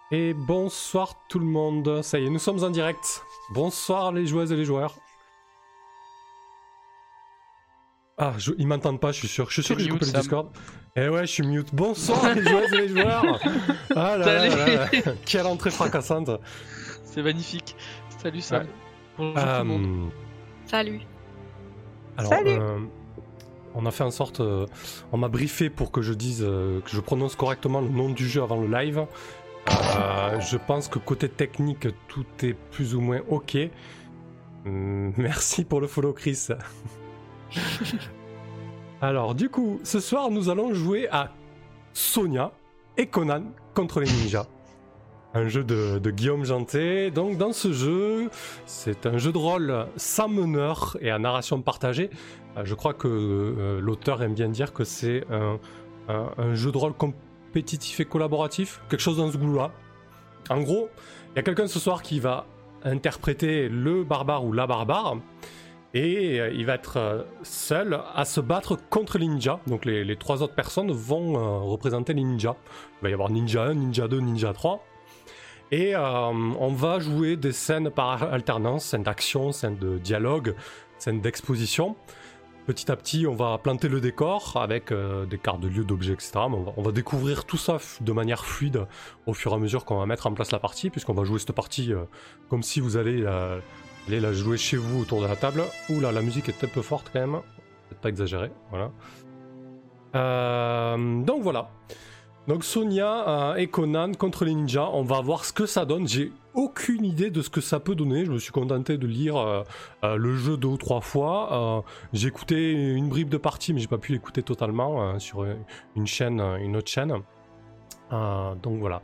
Et bonsoir tout le monde, ça y est, nous sommes en direct. Bonsoir les joueuses et les joueurs. Ah, ils m'entendent pas, je suis sûr que j'ai coupé le Discord. Eh ouais, je suis mute. Bonsoir les joueuses et les joueurs. Ah là là, quelle entrée fracassante. C'est magnifique. Salut Sam. Bonjour tout le monde. Salut. Alors, salut. On a fait en sorte, on m'a briefé pour que je dise, que je prononce correctement le nom du jeu avant le live. Je pense que côté technique, tout est plus ou moins ok. Merci pour le follow, Chris. Alors, du coup, ce soir, nous allons jouer à Sonia et Conan contre les ninjas. Un jeu de Guillaume Janté. Donc, dans ce jeu, c'est un jeu de rôle sans meneur et à narration partagée. Je crois que l'auteur aime bien dire que c'est un jeu de rôle compétitif et collaboratif, quelque chose dans ce goût-là. En gros, il y a quelqu'un ce soir qui va interpréter le barbare ou la barbare, et il va être seul à se battre contre les ninjas. Donc les trois autres personnes vont représenter les ninjas. Il va y avoir Ninja 1, Ninja 2, Ninja 3. Et on va jouer des scènes par alternance, scènes d'action, scènes de dialogue, scènes d'exposition. Petit à petit, on va planter le décor avec des cartes de lieux, d'objets, etc. Mais on va découvrir tout ça de manière fluide au fur et à mesure qu'on va mettre en place la partie, puisqu'on va jouer cette partie comme si vous allez la jouer chez vous autour de la table. Ouh là, la musique est un peu forte quand même. Peut-être pas exagéré, voilà. Donc voilà. Donc Sonia et Conan contre les ninjas, on va voir ce que ça donne. J'ai aucune idée de ce que ça peut donner. Je me suis contenté de lire le jeu 2 ou 3 fois. J'ai écouté une bribe de partie, mais j'ai pas pu l'écouter totalement sur une autre chaîne. Donc voilà.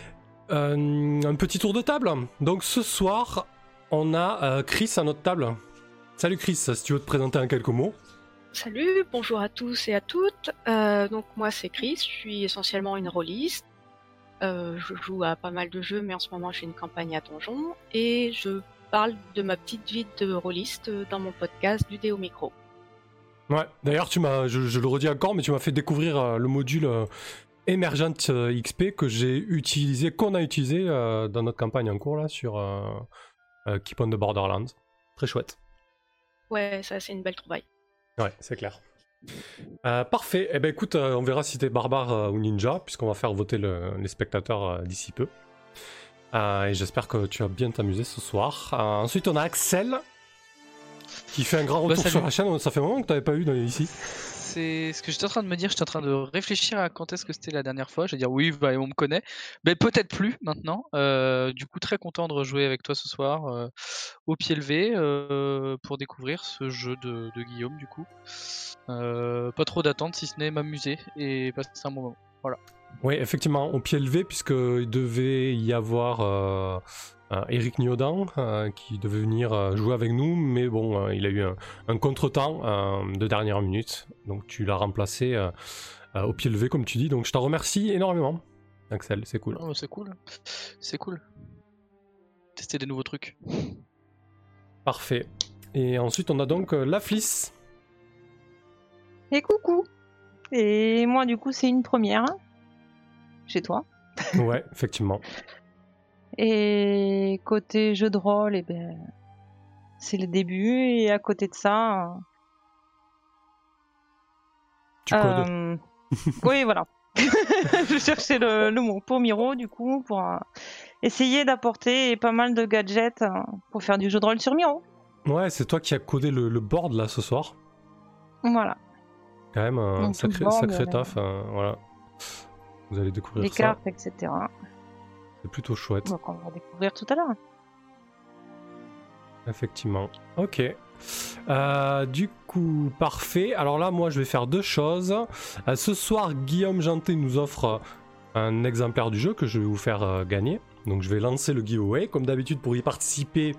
Un petit tour de table. Donc ce soir, on a Chris à notre table. Salut Chris, si tu veux te présenter en quelques mots. Salut, bonjour à tous et à toutes. Donc moi c'est Chris, je suis essentiellement une rôliste. Je joue à pas mal de jeux, mais en ce moment j'ai une campagne à donjon et je parle de ma petite vie de rôliste dans mon podcast du Dé au micro. Ouais, d'ailleurs je le redis encore, mais tu m'as fait découvrir le module Emergent XP qu'on a utilisé dans notre campagne en cours là sur Keep on the Borderlands. Très chouette. Ouais, ça c'est une belle trouvaille. Ouais, c'est clair. Parfait. Eh ben écoute, on verra si t'es barbare ou ninja, puisqu'on va faire voter les spectateurs d'ici peu. Et j'espère que tu vas bien t'amuser ce soir. Ensuite, on a Axel, qui fait un grand retour sur la chaîne. Ça fait un moment que t'avais pas eu ici. C'est ce que j'étais en train de me dire. J'étais en train de réfléchir à quand est-ce que c'était la dernière fois. Je vais dire oui, bah, on me connaît. Mais peut-être plus maintenant. Du coup, très content de rejouer avec toi ce soir au pied levé pour découvrir ce jeu de Guillaume du coup. Pas trop d'attente si ce n'est m'amuser et passer un bon moment. Voilà. Oui, effectivement, au pied levé, puisqu'il devait y avoir Eric Niodan qui devait venir jouer avec nous, mais bon, il a eu un contretemps de dernière minute, donc tu l'as remplacé au pied levé, comme tu dis, donc je t'en remercie énormément, Axel, c'est cool. Oh, c'est cool, c'est cool. Tester des nouveaux trucs. Parfait. Et ensuite, on a donc Laflis. Et coucou. Et moi, du coup, c'est une première chez toi. Ouais, effectivement. Et côté jeu de rôle, eh ben, c'est le début. Et à côté de ça, tu codes. Oui, voilà. Je cherchais le mot pour Miro, du coup, pour essayer d'apporter pas mal de gadgets pour faire du jeu de rôle sur Miro. Ouais, c'est toi qui as codé le board là ce soir. Voilà. Quand même un sacré taf, voilà. Vous allez découvrir les ça. Les cartes, etc. C'est plutôt chouette. Donc on va découvrir tout à l'heure. Effectivement. Ok. Du coup, parfait. Alors là, moi, je vais faire deux choses. Ce soir, Guillaume Janté nous offre un exemplaire du jeu que je vais vous faire gagner. Donc je vais lancer le giveaway. Comme d'habitude, pour y participer,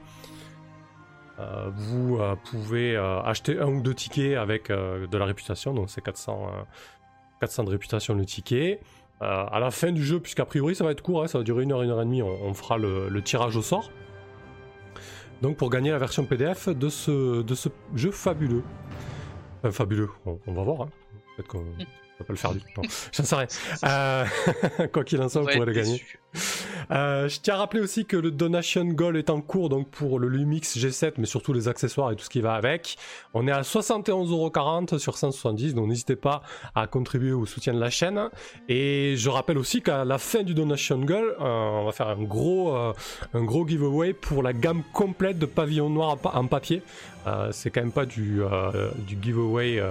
vous pouvez acheter 1 ou 2 tickets avec de la réputation. Donc c'est 400 de réputation le ticket. À la fin du jeu, puisqu'a priori ça va être court, ça va durer 1 heure, 1 heure et demie, on fera le tirage au sort. Donc pour gagner la version PDF de ce jeu fabuleux. Enfin fabuleux, on va voir. Peut-être qu'on va pas le faire du tout. J'en sais rien. Quoi qu'il en soit, vous pourrez le gagner. Je tiens à rappeler aussi que le Donation Goal est en cours donc pour le Lumix G7, mais surtout les accessoires et tout ce qui va avec. On est à 71,40€ sur 170, donc n'hésitez pas à contribuer au soutien de la chaîne. Et je rappelle aussi qu'à la fin du Donation Goal, on va faire un gros giveaway pour la gamme complète de pavillons noirs en papier. C'est quand même pas du giveaway.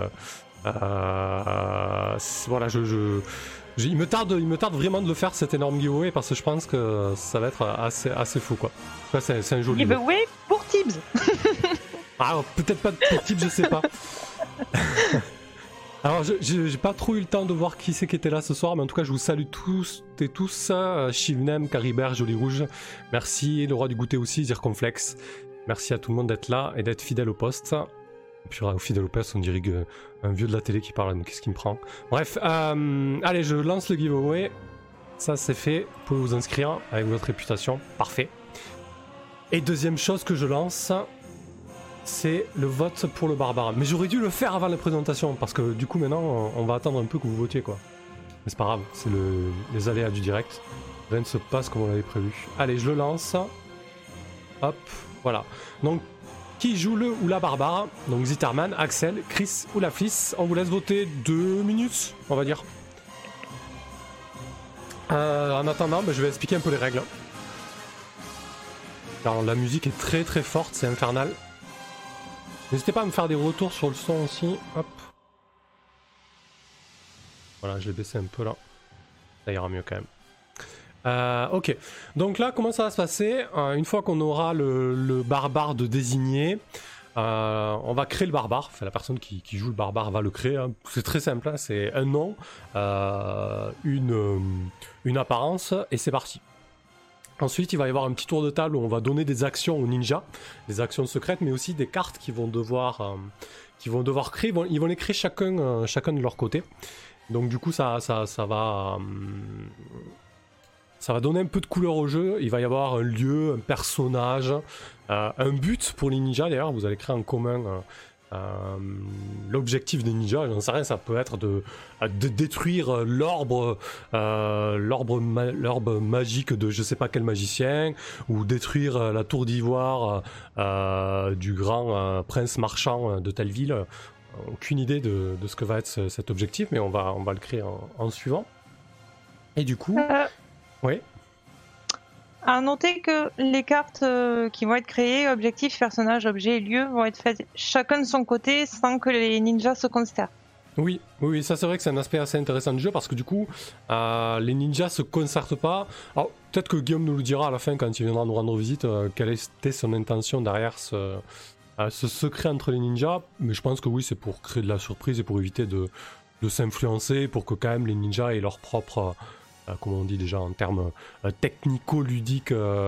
Voilà, il me tarde vraiment de le faire, cet énorme giveaway, parce que je pense que ça va être assez fou, quoi. C'est un joli giveaway pour Tibbs. Ah, peut-être pas pour Tibbs, je sais pas. Alors, j'ai pas trop eu le temps de voir qui c'est qui était là ce soir, mais en tout cas, je vous salue tous et tous. Shivnem, Caribert, Joli Rouge, merci. Le Roi du Goûter aussi, Zirconflex. Merci à tout le monde d'être là et d'être fidèle au poste. Puis au fidèle au poste, on dirait un vieux de la télé qui parle, mais qu'est-ce qui me prend? Bref, allez, je lance le giveaway. Ça, c'est fait. Vous pouvez vous inscrire avec votre réputation. Parfait. Et deuxième chose que je lance, c'est le vote pour le barbare. Mais j'aurais dû le faire avant la présentation, parce que du coup, maintenant, on va attendre un peu que vous votiez, quoi. Mais c'est pas grave, c'est les aléas du direct. Rien ne se passe comme on l'avait prévu. Allez, je le lance. Hop, voilà. Donc, qui joue le ou la barbare? Donc Zitterman, Axel, Chris ou la Fliss. On vous laisse voter 2 minutes, on va dire. En attendant, je vais expliquer un peu les règles. Alors la musique est très très forte, c'est infernal. N'hésitez pas à me faire des retours sur le son aussi. Hop. Voilà, je l'ai baissé un peu là. Ça ira mieux quand même. Ok, donc là comment ça va se passer? Une fois qu'on aura le barbare de désigner, on va créer le barbare. Enfin, la personne qui joue le barbare va le créer, hein. C'est très simple, hein. C'est un nom, une apparence et c'est parti. Ensuite il va y avoir un petit tour de table où on va donner des actions aux ninjas, des actions secrètes, mais aussi des cartes qu'ils vont devoir créer. Ils vont les créer chacun de leur côté. Donc du coup ça va donner un peu de couleur au jeu. Il va y avoir un lieu, un personnage, un but pour les ninjas. D'ailleurs, vous allez créer en commun l'objectif des ninjas. J'en sais rien, ça peut être de détruire l'orbe magique de je sais pas quel magicien, ou détruire la tour d'ivoire du grand prince marchand de telle ville. Aucune idée de ce que va être cet objectif, mais on va le créer en suivant. Et du coup... Oui. À noter que les cartes qui vont être créées, objectifs, personnages, objets, lieux, vont être faites chacun de son côté sans que les ninjas se consternent. Oui, ça c'est vrai que c'est un aspect assez intéressant du jeu, parce que du coup, les ninjas se concertent pas. Alors peut-être que Guillaume nous le dira à la fin quand il viendra nous rendre visite, quelle était son intention derrière ce secret entre les ninjas, mais je pense que oui, c'est pour créer de la surprise et pour éviter de s'influencer, pour que quand même les ninjas aient leur propre... comme on dit déjà en termes technico-ludiques,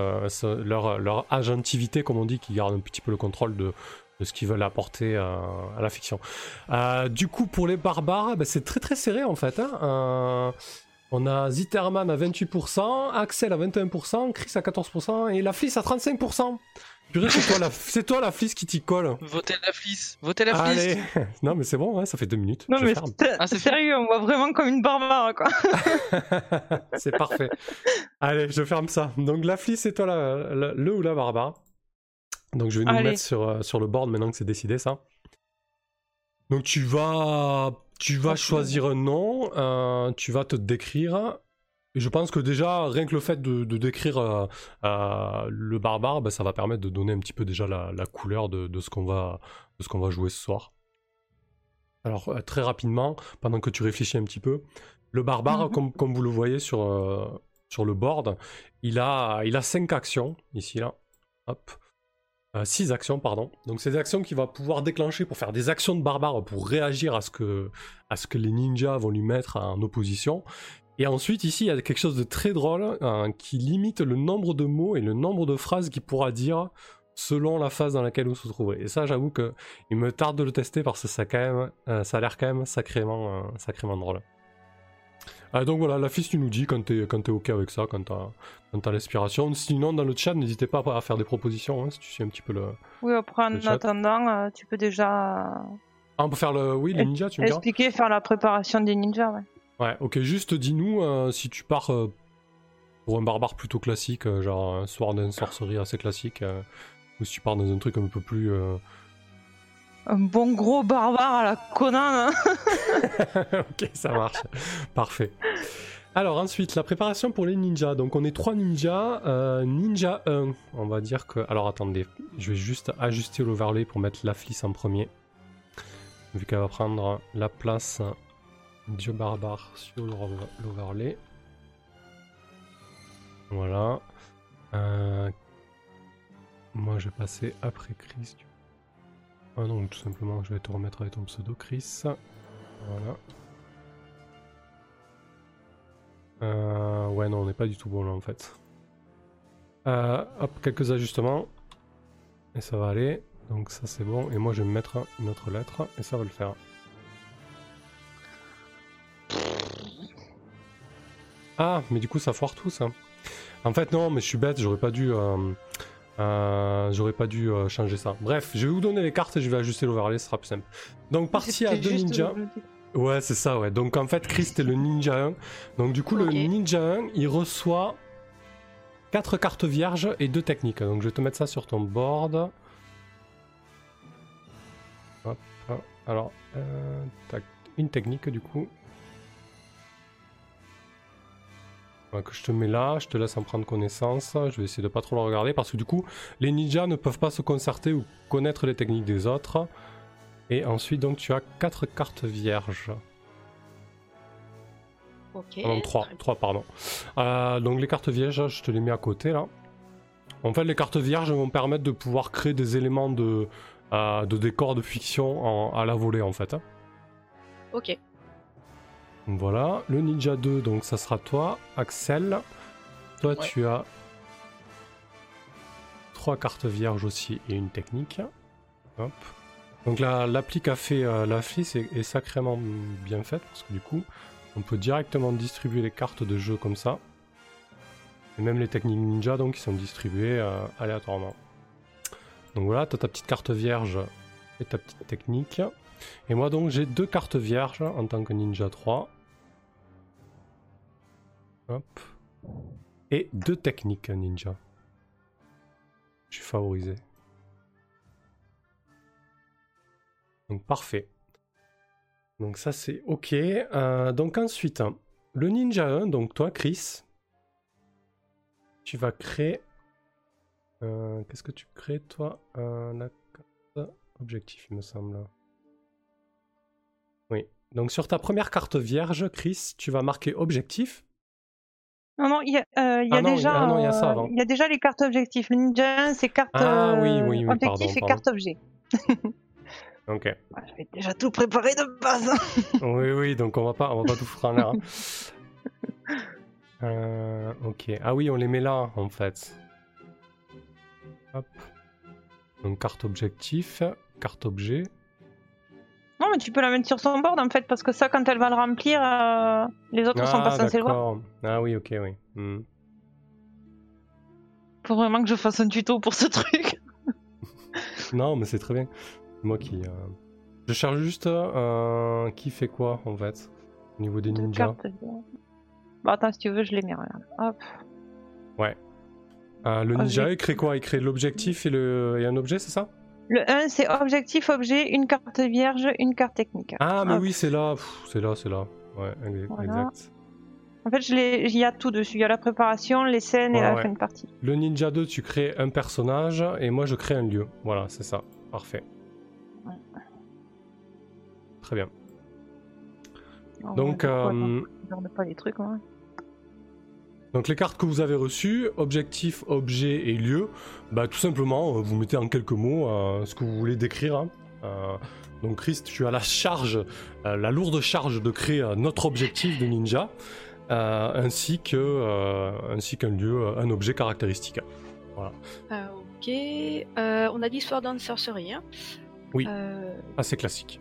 leur agentivité, comme on dit, qui garde un petit peu le contrôle de ce qu'ils veulent apporter à la fiction. Du coup, pour les barbares, c'est très très serré en fait. Hein. On a Zitterman à 28%, Axel à 21%, Chris à 14% et la Fliss à 35%. Purée, c'est toi la Fliss qui t'y colle. Votez la Fliss. Votez la Fliss. Allez. Non mais c'est bon, ouais, ça fait 2 minutes. Non mais c'est sérieux, on voit vraiment comme une barbare quoi. C'est parfait. Allez, je ferme ça. Donc la Fliss, c'est toi le ou la barbare. Donc je vais nous mettre sur le board maintenant que c'est décidé ça. Donc tu vas choisir un nom, tu vas te décrire. Et je pense que déjà, rien que le fait de décrire le barbare, ça va permettre de donner un petit peu déjà la couleur de ce qu'on va jouer ce soir. Alors très rapidement, pendant que tu réfléchis un petit peu, le barbare, comme vous le voyez sur le board, il a 5 actions, ici là. Hop. 6 actions, pardon. Donc c'est des actions qu'il va pouvoir déclencher pour faire des actions de barbare, pour réagir à ce que les ninjas vont lui mettre en opposition. Et ensuite, ici, il y a quelque chose de très drôle qui limite le nombre de mots et le nombre de phrases qu'il pourra dire selon la phase dans laquelle vous se trouvez. Et ça, j'avoue qu'il me tarde de le tester parce que ça a l'air quand même sacrément drôle. Donc voilà, la Fliss, tu nous dis quand t'es ok avec ça, quand t'as l'inspiration. Sinon, dans le chat, n'hésitez pas à faire des propositions, hein, si tu sais un petit peu le... Oui, après, en attendant, tu peux déjà... on peut faire les ninjas, tu me diras. Expliquer, faire la préparation des ninjas, ouais. Ouais, ok, juste dis-nous si tu pars Pour un barbare plutôt classique, genre un Sword and Sorcery assez classique, ou si tu pars dans un truc un peu plus... Un bon gros barbare à la Conan. Hein. Ok, ça marche. Parfait. Alors ensuite, la préparation pour les ninjas. Donc on est 3 ninjas. Ninja 1, on va dire que... Alors attendez, je vais juste ajuster l'overlay pour mettre la flisse en premier. Vu qu'elle va prendre la place Dieu barbare sur l'overlay. Voilà. Moi je vais passer après Chris. Ah non, tout simplement, je vais te remettre avec ton pseudo Chris. Voilà. Ouais, non, on n'est pas du tout bon là en fait. Hop, quelques ajustements. Et ça va aller. Donc ça c'est bon. Et moi je vais me mettre une autre lettre. Et ça va le faire. Ah, mais du coup ça foire tout ça. En fait non, mais je suis bête, j'aurais pas dû changer ça. Bref, je vais vous donner les cartes et je vais ajuster l'overlay, ce sera plus simple. Donc partie à 2 ninjas. Ouais, c'est ça, ouais. Donc en fait, Chris est le ninja 1. Donc du coup, le ninja 1, il reçoit 4 cartes vierges et 2 techniques. Donc je vais te mettre ça sur ton board. Hop. Alors, une technique du coup. Que je te mets là, je te laisse en prendre connaissance. Je vais essayer de pas trop le regarder parce que du coup, les ninjas ne peuvent pas se concerter ou connaître les techniques des autres. Et ensuite, donc, tu as 4 cartes vierges. Ok. Non, 3, pardon. Donc, les cartes vierges, je te les mets à côté, là. En fait, les cartes vierges vont permettre de pouvoir créer des éléments de décor de fiction à la volée, en fait. Ok. Voilà. Le ninja 2, donc, ça sera toi, Axel. Toi, ouais. Tu as 3 cartes vierges aussi et une technique. Hop. Donc l'appli qu'a fait la flisse est sacrément bien faite parce que du coup on peut directement distribuer les cartes de jeu comme ça. Et même les techniques ninja donc qui sont distribuées aléatoirement. Donc voilà, tu as ta petite carte vierge et ta petite technique. Et moi donc j'ai 2 cartes vierges en tant que ninja 3. Hop. Et 2 techniques ninja. Je suis favorisé. Donc parfait. Donc ça c'est ok. Donc ensuite, le ninja 1, donc toi Chris, tu vas créer... Qu'est-ce que tu crées toi? La carte objectif il me semble. Oui. Donc sur ta première carte vierge, Chris, tu vas marquer objectif. Non, il y a déjà les cartes objectifs. Le ninja 1, c'est carte oui, objectif et carte objet. Ok. J'avais déjà tout préparé de base. Oui, donc on va pas tout foutre en l'air. Ok. Ah oui, on les met là en fait. Hop. Donc carte objectif, carte objet. Non, mais tu peux la mettre sur son board en fait, parce que ça, quand elle va le remplir, les autres sont pas censés le voir. Ah oui, ok, oui. Faut vraiment que je fasse un tuto pour ce truc. Non, mais c'est très bien. Moi qui... Je cherche juste qui fait quoi en fait au niveau des ninjas. Bah attends, si tu veux, je les mets. Hop. Ouais. Le ninja, il crée quoi? Il crée l'objectif et un objet, c'est ça? Le 1, c'est objectif, objet, une carte vierge, une carte technique. Ah, mais oui, c'est là. C'est là. Ouais, voilà. Exact. En fait, il y a tout dessus. Il y a la préparation, les scènes et la fin de partie. Le ninja 2, tu crées un personnage et moi, je crée un lieu. Voilà, c'est ça. Parfait. Ouais. Très bien. Donc, pas les trucs, ouais. Donc les cartes que vous avez reçues, objectif, objet et lieu, bah tout simplement vous mettez en quelques mots ce que vous voulez décrire. Hein. Donc Chris, tu as la charge, la lourde charge de créer notre objectif de ninja, ainsi qu'un lieu, un objet caractéristique. Voilà. Ok, on a dit Sword and Sorcery. Hein. Oui, assez classique.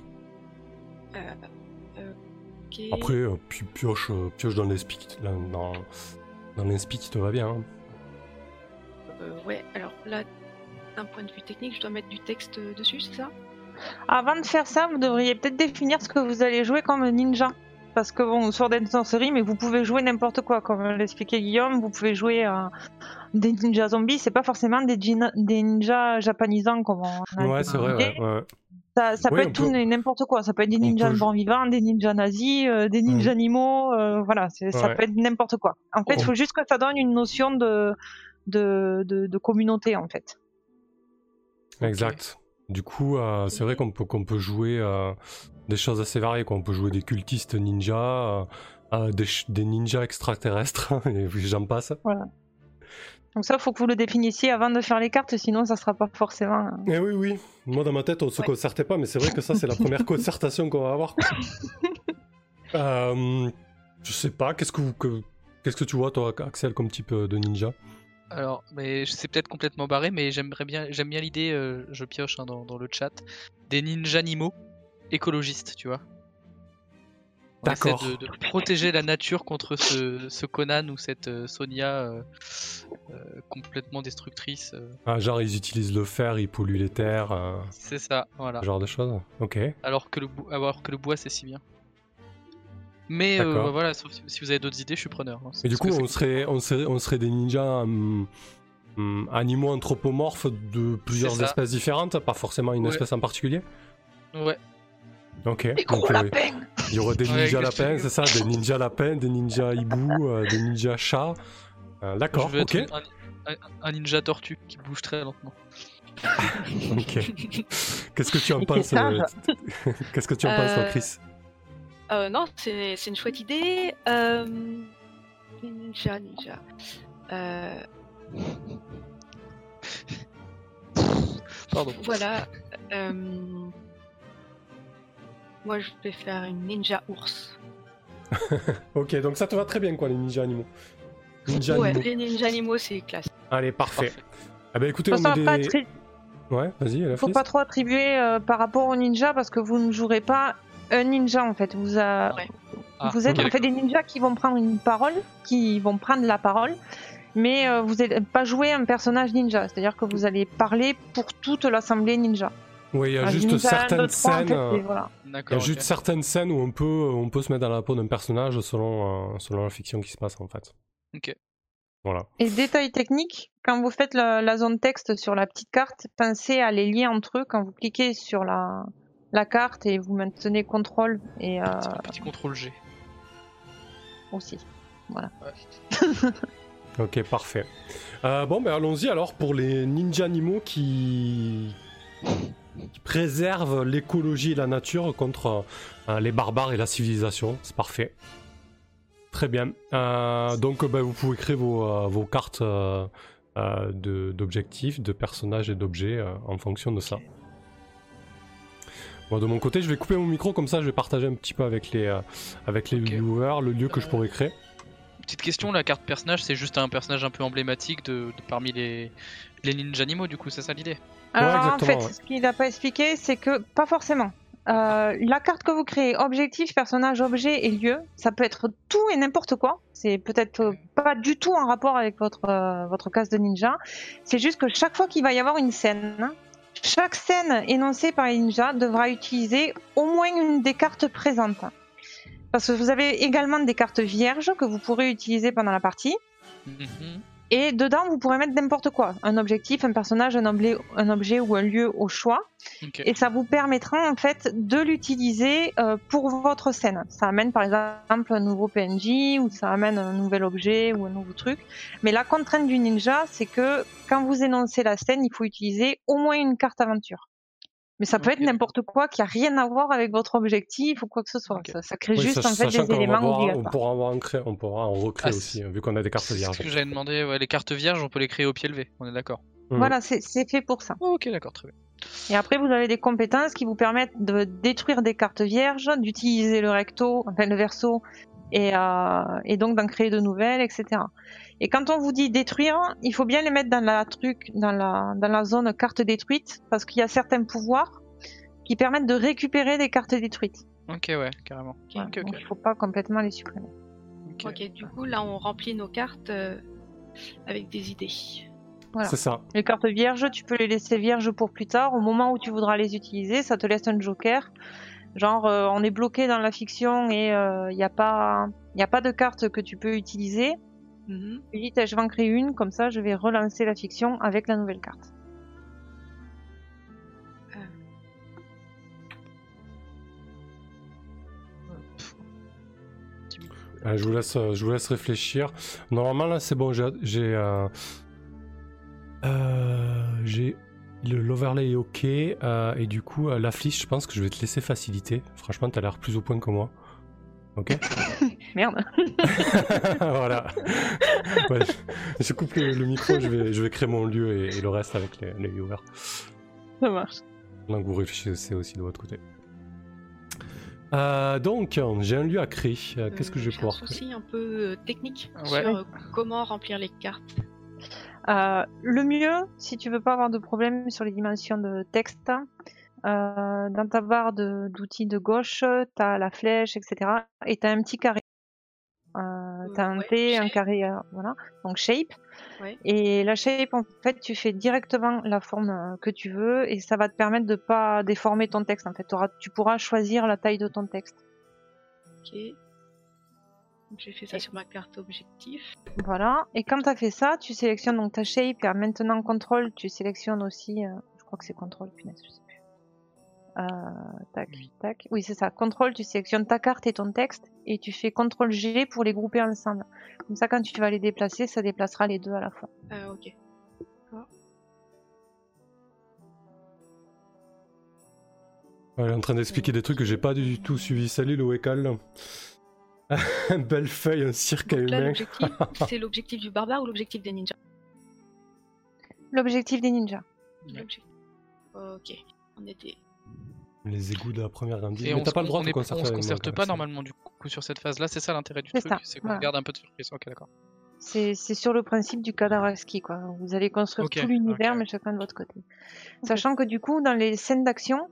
Okay. Après, pioche dans l'inspi, dans l'inspi qui te va bien. Hein. Ouais, alors là, d'un point de vue technique, je dois mettre du texte dessus, c'est ça? Avant de faire ça, vous devriez peut-être définir ce que vous allez jouer comme ninja. parce que bon, Sword and Sorcery, mais vous pouvez jouer n'importe quoi, comme l'expliquait Guillaume, vous pouvez jouer des ninjas zombies, c'est pas forcément des ninjas japonisants comme on a Ouais, dit. c'est vrai, ouais. Ça Oui, peut être tout et n'importe quoi, ça peut être des ninjas de bons vivants, des ninjas nazis, des ninjas animaux, voilà, ça peut être n'importe quoi. En fait, il faut juste que ça donne une notion de communauté, en fait. Exact. Du coup, c'est vrai qu'on peut jouer des choses assez variées, quoi. On peut jouer des cultistes ninjas, des ninjas extraterrestres, et j'en passe. Voilà. Donc ça, il faut que vous le définissiez avant de faire les cartes, sinon ça sera pas forcément... Eh oui. Moi, dans ma tête, on se concertait pas, mais c'est vrai que ça, c'est la première concertation qu'on va avoir. Je sais pas, qu'est-ce que tu vois, toi, Axel, comme type de ninja? Alors, mais c'est peut-être complètement barré, mais j'aime bien l'idée, je pioche dans le chat, des ninjas animaux écologistes, tu vois. On essaie de protéger la nature contre ce Conan ou cette Sonia complètement destructrice. Genre ils utilisent le fer, ils polluent les terres. C'est ça, voilà. Ce genre de choses. Ok. Alors que le bois c'est si bien. Mais voilà, sauf si vous avez d'autres idées, je suis preneur. Hein. Et du coup, on serait des ninjas animaux anthropomorphes de plusieurs espèces différentes, pas forcément une espèce en particulier. Ouais. Ok. Des gros lapins. Il y aurait des ninjas lapins, c'est ça, des ninjas lapins, des ninjas hibou, des ninjas chats. D'accord, je veux ok. être un ninja tortue qui bouge très lentement. Ok. Qu'est-ce que tu en penses Qu'est-ce que tu en penses, toi, Chris? Non, c'est une chouette idée. Ninja. Pardon. Voilà. Moi, je vais faire une ninja ours. Ok, donc ça te va très bien, quoi, les ninjas animaux. Les ninja animaux, c'est classe. Allez, parfait. Ah bah écoutez, on met des... Ouais, vas-y, Faut pas trop attribuer par rapport au ninja, parce que vous ne jouerez pas un ninja, en fait. Vous êtes en fait des ninjas qui vont prendre la parole, mais vous n'allez pas jouer un personnage ninja. C'est-à-dire que vous allez parler pour toute l'assemblée ninja. Oui, il y a juste certaines scènes. Il y a juste certaines scènes où on peut se mettre dans la peau d'un personnage selon la fiction qui se passe, en fait. Ok. Voilà. Et détail technique, quand vous faites la zone texte sur la petite carte, pensez à les lier entre eux. Quand vous cliquez sur la carte et vous maintenez contrôle et petit contrôle G aussi. Voilà. Ouais. Ok, parfait. Bon, ben allons-y alors pour les ninja animaux qui préservent l'écologie et la nature contre les barbares et la civilisation. C'est parfait. Très bien. Donc, vous pouvez créer vos cartes d'objectifs, de personnages et d'objets en fonction de ça. Moi, de mon côté, je vais couper mon micro, comme ça je vais partager un petit peu avec les viewers le lieu que je pourrais créer. Petite question, la carte personnage, c'est juste un personnage un peu emblématique de parmi les ninja animaux, du coup, c'est ça l'idée? Alors, en fait, ce qu'il n'a pas expliqué, c'est que pas forcément. La carte que vous créez, objectif, personnage, objet et lieu, ça peut être tout et n'importe quoi. C'est peut-être pas du tout en rapport avec votre case de ninja. C'est juste que chaque fois qu'il va y avoir une scène, chaque scène énoncée par les ninjas devra utiliser au moins une des cartes présentes. Parce que vous avez également des cartes vierges que vous pourrez utiliser pendant la partie. Et dedans, vous pourrez mettre n'importe quoi. Un objectif, un personnage, un objet ou un lieu au choix. Okay. Et ça vous permettra en fait de l'utiliser pour votre scène. Ça amène par exemple un nouveau PNJ ou ça amène un nouvel objet ou un nouveau truc. Mais la contrainte du ninja, c'est que quand vous énoncez la scène, il faut utiliser au moins une carte aventure. Mais ça peut être n'importe quoi qui a rien à voir avec votre objectif ou quoi que ce soit. Ça crée juste en fait des éléments obligatoires. On pourra en recréer aussi, vu qu'on a des cartes vierges. C'est ce que j'avais demandé, les cartes vierges, on peut les créer au pied levé, on est d'accord. Voilà, c'est fait pour ça. Ok, d'accord, très bien. Et après, vous avez des compétences qui vous permettent de détruire des cartes vierges, d'utiliser le verso, et donc d'en créer de nouvelles, etc. Et quand on vous dit détruire, il faut bien les mettre dans la zone carte détruite, parce qu'il y a certains pouvoirs qui permettent de récupérer des cartes détruites. Ok, ouais, carrément. Voilà, donc il ne faut pas complètement les supprimer. Ok, du coup, là, on remplit nos cartes avec des idées. Voilà. C'est ça. Les cartes vierges, tu peux les laisser vierges pour plus tard. Au moment où tu voudras les utiliser, ça te laisse un joker. Genre, on est bloqué dans la fiction et il n'y a pas de carte que tu peux utiliser. Mhm. Tu dis, je vais en créer une, comme ça je vais relancer la fiction avec la nouvelle carte. Je vous laisse réfléchir. Normalement là c'est bon, j'ai l'overlay est ok et du coup l'affiche je pense que je vais te laisser faciliter. Franchement t'as l'air plus au point que moi. Ok. Merde. Voilà. Ouais, je coupe le micro, je vais créer mon lieu et le reste avec les viewers. Ça marche. Donc vous réfléchissez aussi de votre côté. Donc, j'ai un lieu à créer. Qu'est-ce que je vais J'ai un pouvoir créer? souci un peu technique Ouais. sur comment remplir les cartes. Le mieux, si tu veux pas avoir de problème sur les dimensions de texte, dans ta barre d'outils de gauche, t'as la flèche, etc. Et t'as un petit carré. T'as un Ouais, T, un shape. carré, voilà. Donc shape. Ouais. Et la shape, en fait, tu fais directement la forme que tu veux et ça va te permettre de pas déformer ton texte. En fait, tu pourras choisir la taille de ton texte. Ok. Donc, j'ai fait ça sur ma carte objectif. Voilà. Et quand tu as fait ça, tu sélectionnes donc ta shape et maintenant contrôle, tu sélectionnes aussi, je crois que c'est contrôle, punaise, je sais plus. Tac, tac. Oui, c'est ça. Contrôle, tu sélectionnes ta carte et ton texte et tu fais contrôle G pour les grouper ensemble. Comme ça, quand tu vas les déplacer, ça déplacera les deux à la fois. Ok. Elle est en train d'expliquer des trucs que j'ai pas du tout suivi. Salut le Wekal. Belle feuille, un cirque à Donc là, humain. l'objectif, c'est l'objectif du barbare ou l'objectif des ninjas? L'objectif des ninjas. L'objectif. Ok. On était. Les égouts de la première grande ville. Et Mais t'as pas le droit de te on concerter se avec moi, concerte quand même, pas ça. normalement du coup sur cette phase là, c'est ça l'intérêt du C'est truc, ça, c'est qu'on voilà. garde un peu de surprise. Ok, d'accord. C'est sur le principe du Kadareski, quoi. Vous allez construire Ok, tout l'univers, ok. mais chacun de votre côté. Sachant que du coup, dans les scènes d'action,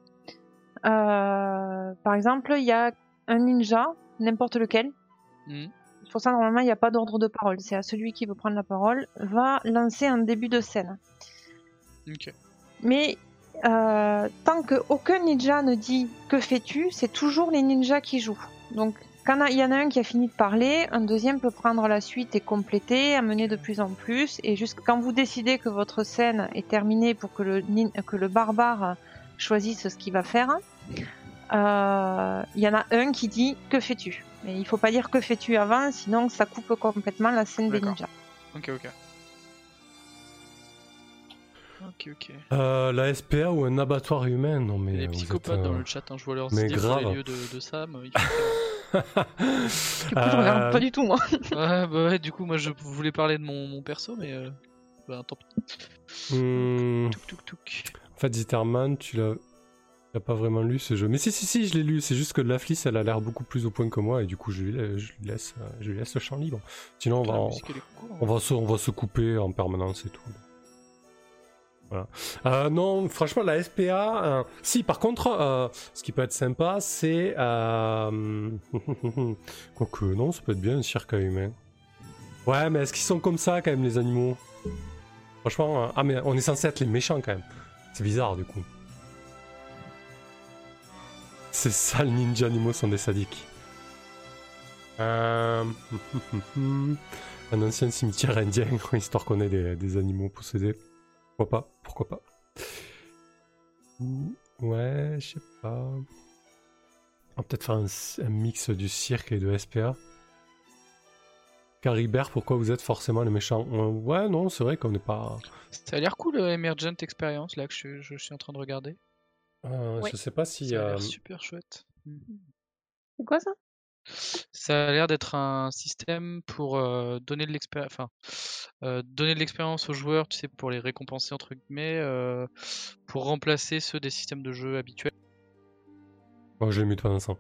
par exemple, il y a un ninja, n'importe lequel. Mhm. C'est pour ça, normalement, il n'y a pas d'ordre de parole. C'est à celui qui veut prendre la parole, va lancer un début de scène. Ok. Mais tant qu'aucun ninja ne dit « que fais-tu ?», c'est toujours les ninjas qui jouent. Donc, quand il y en a un qui a fini de parler, un deuxième peut prendre la suite et compléter, amener de plus en plus. Et quand vous décidez que votre scène est terminée pour que le barbare choisisse ce qu'il va faire, il y en a un qui dit « que fais-tu ?» Mais il faut pas dire « que fais-tu » avant, sinon ça coupe complètement la scène des D'accord. ninjas. Ok. Ok. La SPA ou un abattoir humain? Non mais Les vous psychopathes êtes, dans le chat, hein, je vois leurs mais idées pour grave. les lieux de Sam. Du coup, je regarde pas du tout, moi. Ouais, bah ouais, du coup, moi je voulais parler de mon perso, mais bah, tant pis. Touk. En fait, Zitterman, tu l'as pas vraiment lu ce jeu. Mais si, je l'ai lu. C'est juste que Laflis, elle a l'air beaucoup plus au point que moi et du coup, je lui laisse le champ libre. Sinon, La musique, elle est cool, hein. on va se couper en permanence et tout. Voilà. Non, franchement, la SPA... si, par contre, ce qui peut être sympa, c'est... Quoique, non, ça peut être bien un cirque à humains. Ouais, mais est-ce qu'ils sont comme ça, quand même, les animaux? Franchement... Ah, mais on est censé être les méchants, quand même. C'est bizarre, du coup. C'est ça, les ninja animaux sont des sadiques. Un ancien cimetière indien, histoire qu'on ait des animaux possédés. Pourquoi pas. Ouais, je sais pas. On va peut-être faire un mix du cirque et de SPA. Caribert, pourquoi vous êtes forcément les méchants? Ouais, non, c'est vrai qu'on n'est pas... Ça a l'air cool, Emergent Experience, là, que je suis en train de regarder. Ouais. Je sais pas si... Ça a l'air super chouette. C'est quoi ça? Ça a l'air d'être un système pour donner de l'expérience, donner de l'expérience aux joueurs, tu sais, pour les récompenser entre guillemets, pour remplacer ceux des systèmes de jeu habituels. Oh, je l'ai mis de temps.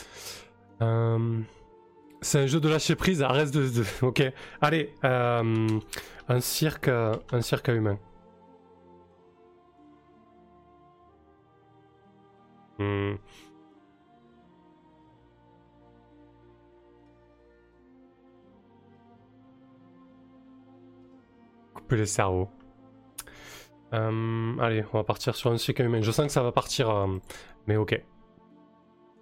C'est un jeu de lâcher prise, arrête de... Ok, allez, un cirque à humains. Couper les cerveaux. Allez, on va partir sur un cirque à humains. Je sens que ça va partir, mais ok.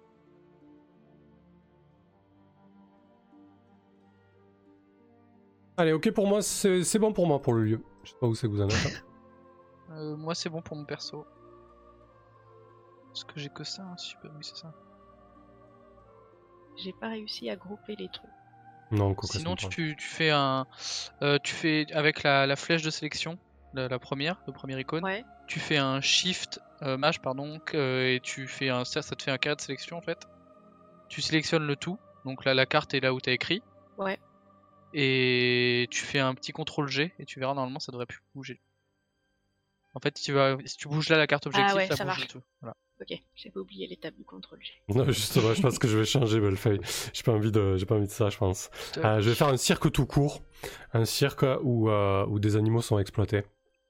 Allez, ok pour moi, c'est bon pour moi pour le lieu. Je sais pas où c'est que vous en êtes. Moi, c'est bon pour mon perso. Parce que j'ai que ça, hein, si je peux. Oui, c'est ça. J'ai pas réussi à grouper les trucs. Non, Coca, Sinon, ça me parle. tu fais un. Tu fais avec la flèche de sélection, la première, le premier icône. Ouais. Tu fais un shift maj, pardon, et tu fais ça te fait un carré de sélection en fait. Tu sélectionnes le tout, donc là la carte est là où t'as écrit. Ouais. Et tu fais un petit CTRL G et tu verras normalement ça devrait plus bouger. En fait, si tu bouges là la carte objectif, ouais, ça ça bouge marche. le tout. Voilà. Ok, j'avais oublié l'étape du contrôle G. Non, justement, je pense que je vais changer Bellefeuille. J'ai pas envie de ça, je pense. Je vais faire un cirque tout court, un cirque où des animaux sont exploités.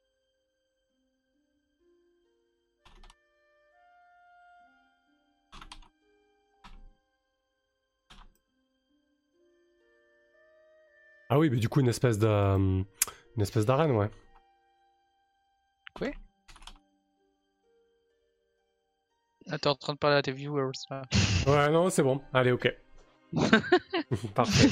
Ah oui, mais du coup une espèce d'arène, ouais. Quoi? Ah, t'es en train de parler à tes viewers là. Ouais, non, c'est bon. Allez, ok. Parfait.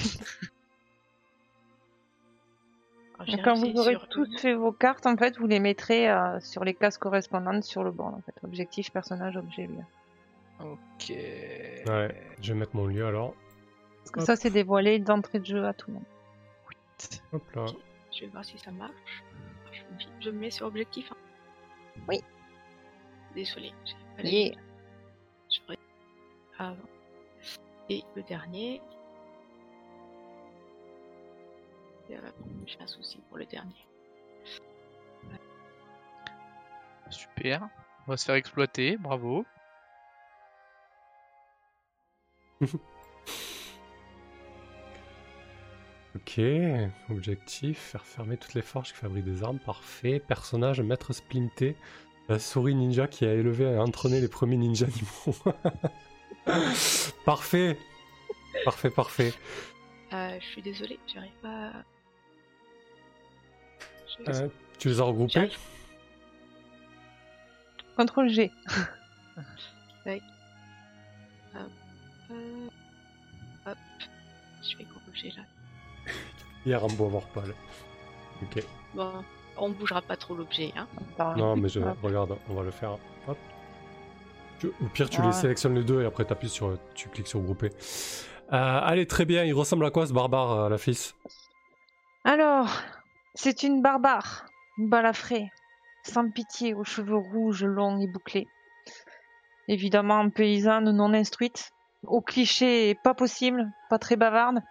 Quand vous aurez tous fait vos cartes, en fait, vous les mettrez sur les cases correspondantes sur le bord. En fait. Objectif, personnage, objet, lieu. Ok. Ouais, je vais mettre mon lieu alors. Parce que ça, c'est dévoilé d'entrée de jeu à tout le monde. Hop là. Je vais voir si ça marche. Je me mets sur objectif. Hein. Oui. Désolé. Yeah. Je ferai avant. Et le dernier. J'ai un souci pour le dernier. Super. On va se faire exploiter, bravo. Ok, objectif, faire fermer toutes les forges qui fabriquent des armes, parfait. Personnage, maître Splinté, la souris ninja qui a élevé et entraîné les premiers ninjas animaux. Parfait. Parfait, parfait. Je suis désolée, j'arrive pas Tu les as regroupés? CTRL G. Ouais. Hop. Je fais CTRL G là. Hier, Rambo avoir pas là. Ok. Bon, on bougera pas trop l'objet, hein. Non, mais regarde, on va le faire. Hop. Au pire, tu les sélectionnes les deux et après tu cliques sur grouper. Allez, très bien. Il ressemble à quoi ce barbare, la fils? Alors, c'est une barbare, balafrée, sans pitié, aux cheveux rouges, longs et bouclés. Évidemment, paysanne non instruite, au cliché pas possible, pas très bavarde.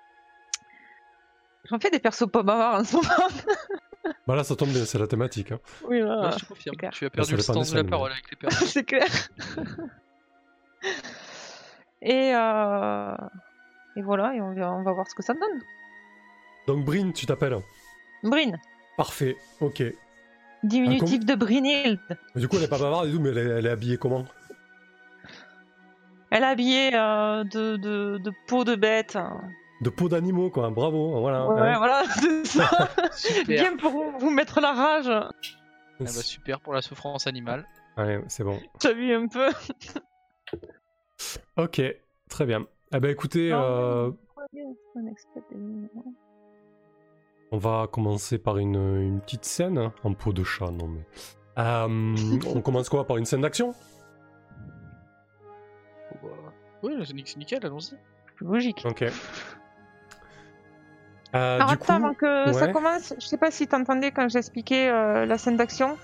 J'en fais des persos pas bavards en ce moment. Bah là, ça tombe bien, c'est la thématique. Hein. Oui, voilà. Ouais, je te confirme. Clair. Tu as perdu le sens de la parole avec les personnes. C'est clair. Et voilà, et on va voir ce que ça donne. Donc Bryn, tu t'appelles? Bryn. Parfait, ok. Diminutif de Brynhild. Du coup, elle est pas bavarde et tout, mais elle est habillée comment? Elle est habillée de peau de bête. De peau d'animaux, quoi. Bravo, voilà. Ouais, hein. voilà, c'est ça. Super. Bien pour vous mettre la rage. Ah bah super pour la souffrance animale. Allez, c'est bon. T'as vu un peu. Ok, très bien. Eh ben écoutez, on va commencer par une petite scène hein, en peau de chat, non mais. On commence quoi? Par une scène d'action? Oui, c'est nickel, allons-y. Logique. Ok. Alors du attends, coup, avant que ça ouais. commence, je sais pas si t'entendais quand j'expliquais la scène d'action.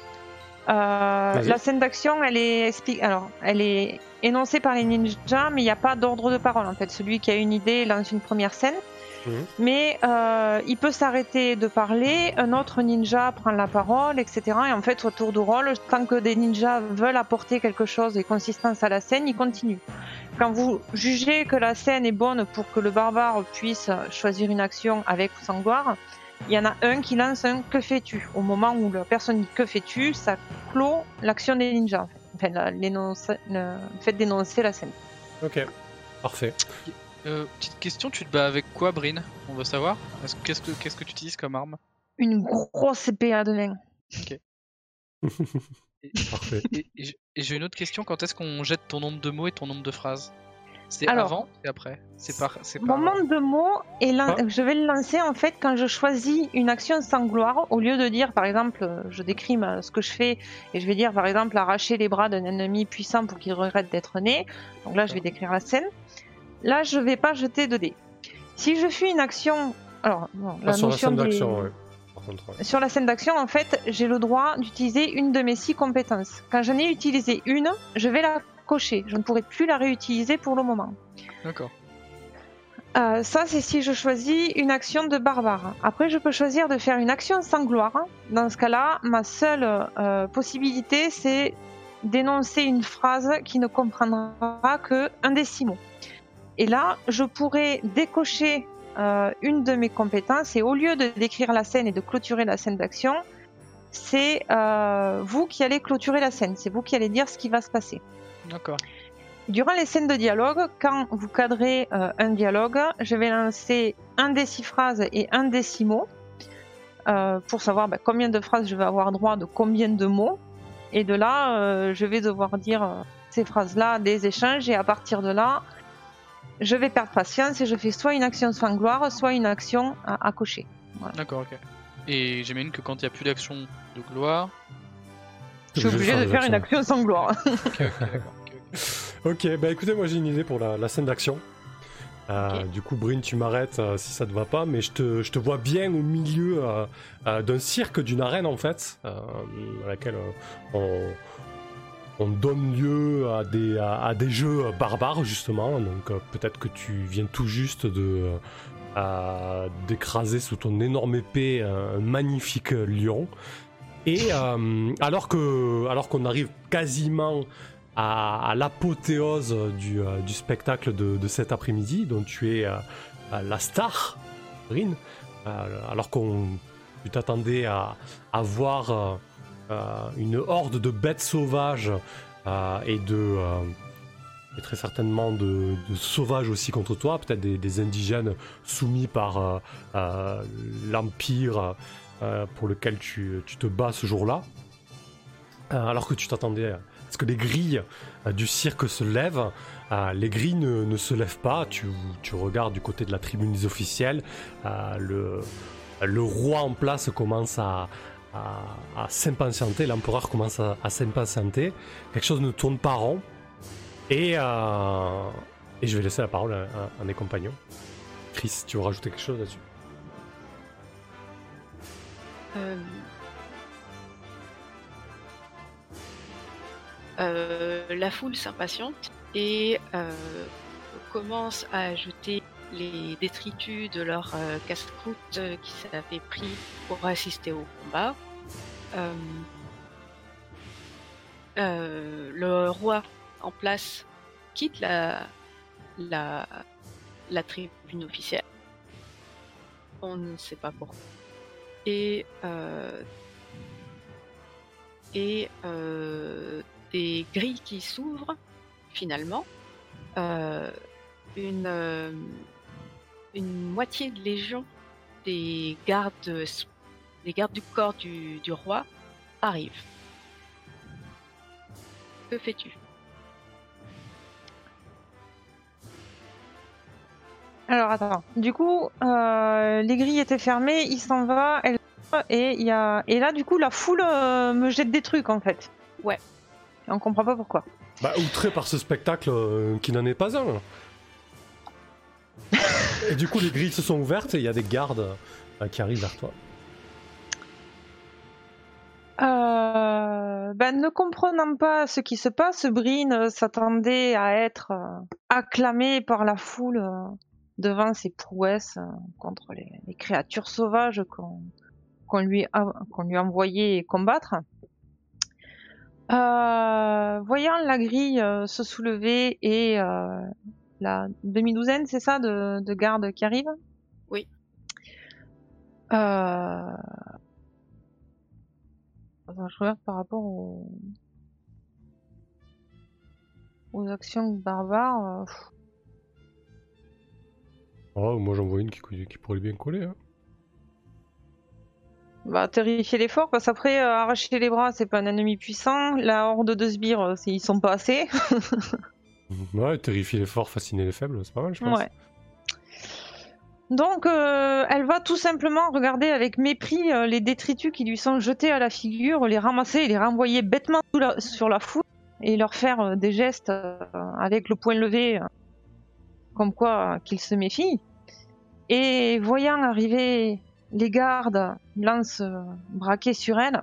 La scène d'action, elle est énoncée par les ninjas, mais il n'y a pas d'ordre de parole en fait. Celui qui a une idée lance une première scène, mais il peut s'arrêter de parler, un autre ninja prend la parole, etc. Et en fait, au tour de rôle, tant que des ninjas veulent apporter quelque chose et consistance à la scène, ils continuent. Quand vous jugez que la scène est bonne pour que le barbare puisse choisir une action avec ou sans gloire, il y en a un qui lance un « que fais-tu » au moment où la personne dit « que fais-tu », ça clôt l'action des ninjas. Enfin, le fait d'énoncer la scène. Ok, parfait. Petite question, tu te bats avec quoi, Bryn? On veut savoir. Qu'est-ce que tu utilises comme arme? Une grosse épée à deux mains. Ok. Parfait. Et j'ai une autre question, quand est-ce qu'on jette ton nombre de mots et ton nombre de phrases? C'est Alors, avant et après. C'est par. Mon monde de mots, je vais le lancer en fait quand je choisis une action sans gloire, au lieu de dire par exemple, je décris ce que je fais et je vais dire par exemple arracher les bras d'un ennemi puissant pour qu'il regrette d'être né. Donc là, je vais décrire la scène. Là, je vais pas jeter de dés. Si je fais une action, alors bon, la sur la notion scène des... d'action, ouais. Par contre, ouais. Sur la scène d'action, en fait, j'ai le droit d'utiliser une de mes 6 compétences. Quand j'en ai utilisé une, je vais la cocher. Je ne pourrai plus la réutiliser pour le moment. D'accord. Ça, c'est si je choisis une action de barbare. Après, je peux choisir de faire une action sans gloire. Dans ce cas-là, ma seule possibilité, c'est d'énoncer une phrase qui ne comprendra qu'un des 6 mots. Et là, je pourrais décocher une de mes compétences et au lieu de décrire la scène et de clôturer la scène d'action, c'est vous qui allez clôturer la scène. C'est vous qui allez dire ce qui va se passer. D'accord. Durant les scènes de dialogue, quand vous cadrez un dialogue, je vais lancer un des 6 phrases et un des 6 mots pour savoir combien de phrases je vais avoir droit de combien de mots. Et de là, je vais devoir dire ces phrases-là, des échanges, et à partir de là, je vais perdre patience et je fais soit une action sans gloire, soit une action à cocher. Voilà. D'accord, ok. Et j'imagine que quand il n'y a plus d'action de gloire. Je suis obligé de faire une action sans gloire. Ok, d'accord. Ok, bah écoutez, moi j'ai une idée pour la scène d'action. Ok. Du coup, Bryn, tu m'arrêtes si ça te va pas, mais je te vois bien au milieu d'un cirque, d'une arène en fait, à laquelle on donne lieu à des jeux barbares justement. Donc peut-être que tu viens tout juste d'écraser sous ton énorme épée un magnifique lion. Et alors qu'on arrive quasiment à l'apothéose du spectacle de cet après-midi, dont tu es la star, Bryn, alors tu t'attendais à voir une horde de bêtes sauvages et très certainement de sauvages aussi contre toi, peut-être des indigènes soumis par l'empire pour lequel tu te bats ce jour-là, alors que tu t'attendais à ce que les grilles du cirque se lèvent. Les grilles ne se lèvent pas. Tu regardes du côté de la tribune des officiels, le roi en place commence à s'impatienter, l'empereur commence à s'impatienter, quelque chose ne tourne pas rond, et je vais laisser la parole à mes compagnons. Chris, tu veux rajouter quelque chose là-dessus? La foule s'impatiente et commence à ajouter les détritus de leur casse-croûte qui s'avaient pris pour assister au combat. Le roi en place quitte la tribune officielle. On ne sait pas pourquoi. Et des grilles qui s'ouvrent finalement. Une moitié de légion des gardes du corps du roi arrive. Que fais-tu? Alors attends, du coup, les grilles étaient fermées, il s'en va, et là du coup la foule me jette des trucs en fait. Ouais. Et on comprend pas pourquoi. Outré par ce spectacle qui n'en est pas un. Et du coup les grilles se sont ouvertes et il y a des gardes qui arrivent vers toi. Ne comprenant pas ce qui se passe, Bryn s'attendait à être acclamé par la foule devant ses prouesses contre les créatures sauvages qu'on lui a envoyé combattre. Voyant la grille se soulever et la demi-douzaine, c'est ça, de gardes qui arrivent? Oui. Attends, je regarde par rapport aux actions barbares. Oh, moi j'en vois une qui pourrait bien coller. Hein. Terrifier les forts, parce qu'après, arracher les bras, c'est pas un ennemi puissant. La horde de sbires, ils sont pas assez. Ouais, terrifier les forts, fasciner les faibles, c'est pas mal, je pense. Ouais. Donc, elle va tout simplement regarder avec mépris les détritus qui lui sont jetés à la figure, les ramasser et les renvoyer bêtement sur la foule et leur faire des gestes avec le poing levé, comme quoi qu'ils se méfient. Et voyant arriver les gardes, lance braquée sur elle,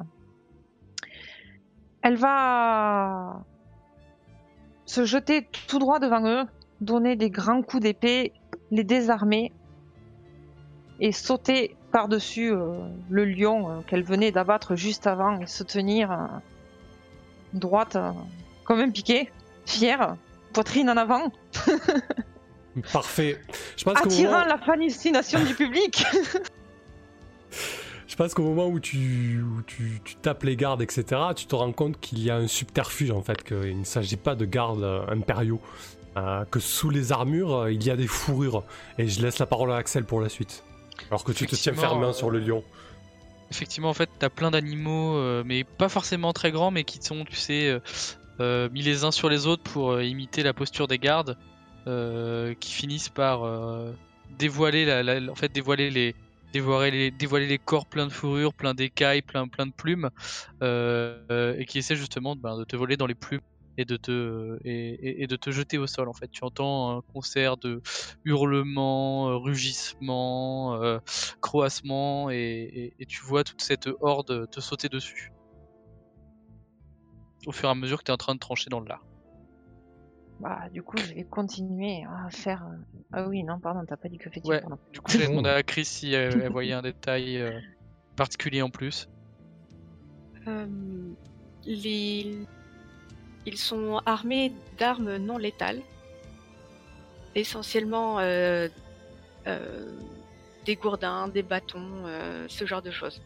elle va se jeter tout droit devant eux, donner des grands coups d'épée, les désarmer et sauter par-dessus le lion qu'elle venait d'abattre juste avant et se tenir droite comme un piquet, fière, poitrine en avant, Parfait. Je pense qu'au attirant moment... la fascination du public. Je pense qu'au moment où tu tapes les gardes, etc., tu te rends compte qu'il y a un subterfuge, en fait, qu'il ne s'agit pas de gardes impériaux, que sous les armures, il y a des fourrures. Et je laisse la parole à Axel pour la suite. Alors que tu te tiens fermement sur le lion. Effectivement, en fait, t'as plein d'animaux, mais pas forcément très grands, mais qui sont, tu sais, mis les uns sur les autres pour imiter la posture des gardes, qui finissent par dévoiler dévoiler les corps pleins de fourrures, pleins d'écailles, plein de plumes, et qui essaient justement de te voler dans les plumes et de te jeter au sol. En fait, tu entends un concert de hurlements, rugissements, croassements, et tu vois toute cette horde te sauter dessus au fur et à mesure que tu es en train de trancher dans le lard. Bah, du coup, je vais continuer à faire. Ah oui, non, pardon, t'as pas dit que fais-tu, Ouais. pardon. Du coup, j'ai demandé à Chris si elle voyait un détail particulier en plus. Ils sont armés d'armes non létales, essentiellement des gourdins, des bâtons, ce genre de choses.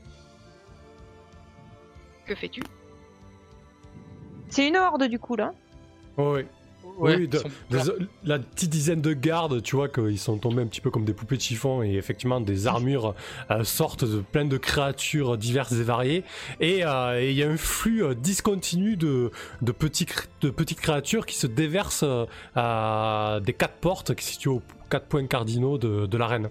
Que fais-tu? C'est une horde, du coup, là. Oui. Ouais, Oui, la petite dizaine de gardes, tu vois qu'ils sont tombés un petit peu comme des poupées de chiffon et effectivement des armures sortent pleines de créatures diverses et variées et il y a un flux discontinu de petites créatures qui se déversent à des 4 portes qui se situent aux 4 points cardinaux de l'arène.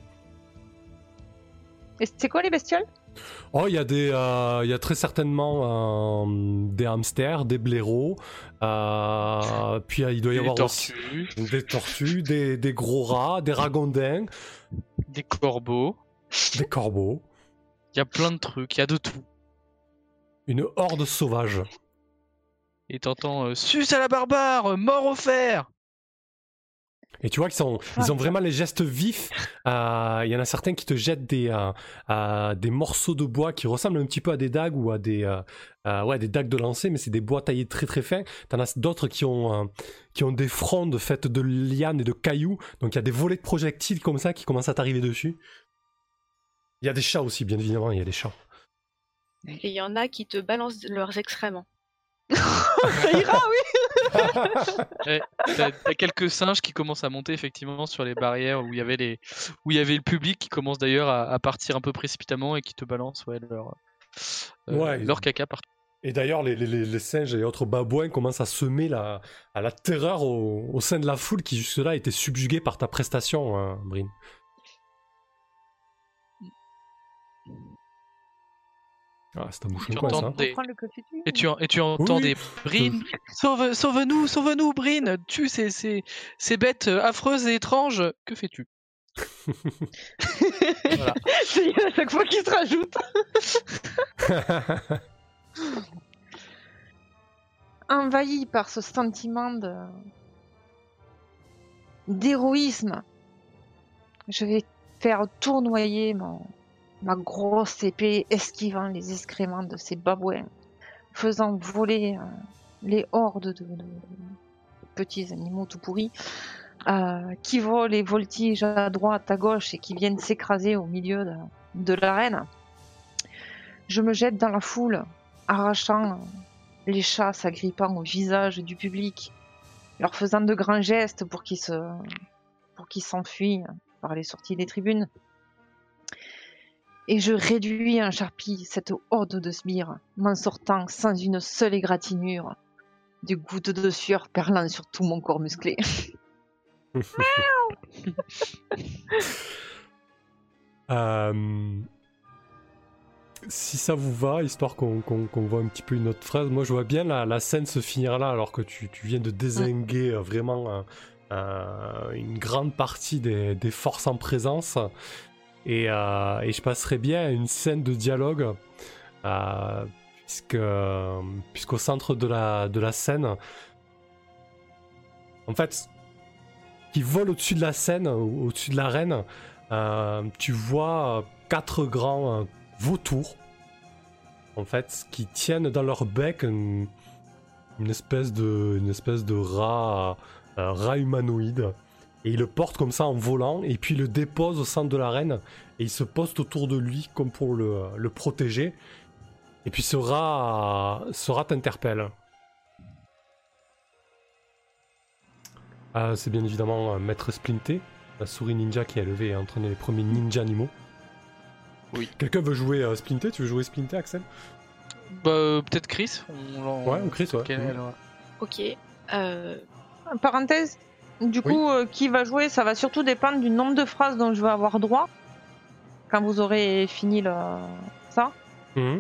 Et c'est quoi les bestioles? Oh, il y a très certainement des hamsters, des blaireaux, puis il doit y avoir aussi des tortues, des gros rats, des ragondins, des corbeaux. Des corbeaux. Il y a plein de trucs, il y a de tout. Une horde sauvage. Et t'entends suce à la barbare, mort au fer. Et tu vois qu'ils ils ont vraiment les gestes vifs. Il y en a certains qui te jettent des morceaux de bois qui ressemblent un petit peu à des dagues ou à des dagues de lancer, mais c'est des bois taillés très très fins. T'en as d'autres qui ont des frondes faites de lianes et de cailloux. Donc il y a des volets de projectiles comme ça qui commencent à t'arriver dessus. Il y a des chats aussi, bien évidemment, il y a des chats. Et il y en a qui te balancent leurs excréments. Ça ira, oui. T'as quelques singes qui commencent à monter effectivement sur les barrières où il y avait le public qui commence d'ailleurs à partir un peu précipitamment et qui te balance leur caca partout. Et d'ailleurs, les singes et autres babouins commencent à semer la terreur au sein de la foule qui jusque-là était subjuguée par ta prestation, hein, Bryn. Ah, c'est un bouchon de coin, ça. Et tu entends des Bryn, sauve-nous, Bryn, tue ces bêtes affreuses et étranges. Que fais-tu? Voilà. C'est à chaque fois qu'il se rajoute. Envahi par ce sentiment d'héroïsme, je vais faire tournoyer ma grosse épée, esquivant les excréments de ces babouins, faisant voler les hordes de petits animaux tout pourris qui volent et voltigent à droite, à gauche et qui viennent s'écraser au milieu de l'arène. Je me jette dans la foule, arrachant les chats, s'agrippant au visage du public, leur faisant de grands gestes pour qu'ils s'enfuient par les sorties des tribunes. Et je réduis en charpie cette horde de sbires, m'en sortant sans une seule égratignure, des gouttes de sueur perlant sur tout mon corps musclé. Si ça vous va, histoire qu'on voit un petit peu une autre phrase, moi je vois bien la scène se finir là, alors que tu viens de dézinguer vraiment une grande partie des forces en présence. Et je passerais bien à une scène de dialogue, puisqu'au centre de la scène, en fait, qui vole au-dessus de la scène, au-dessus de l'arène, tu vois 4 grands vautours, en fait, qui tiennent dans leur bec une espèce de rat humanoïde. Et ils le portent comme ça en volant, et puis ils le déposent au centre de l'arène, et ils se postent autour de lui comme pour le protéger. Et puis ce rat t'interpelle. C'est bien évidemment Maître Splinter, la souris ninja qui a levé et entraîné les premiers ninja animaux. Oui. Quelqu'un veut jouer Splinter? Tu veux jouer Splinter, Axel? Bah, peut-être Chris. Ouais, ou Chris, ouais. Ok. Parenthèse, du coup, qui va jouer, ça va surtout dépendre du nombre de phrases dont je vais avoir droit quand vous aurez fini ça. Mhm.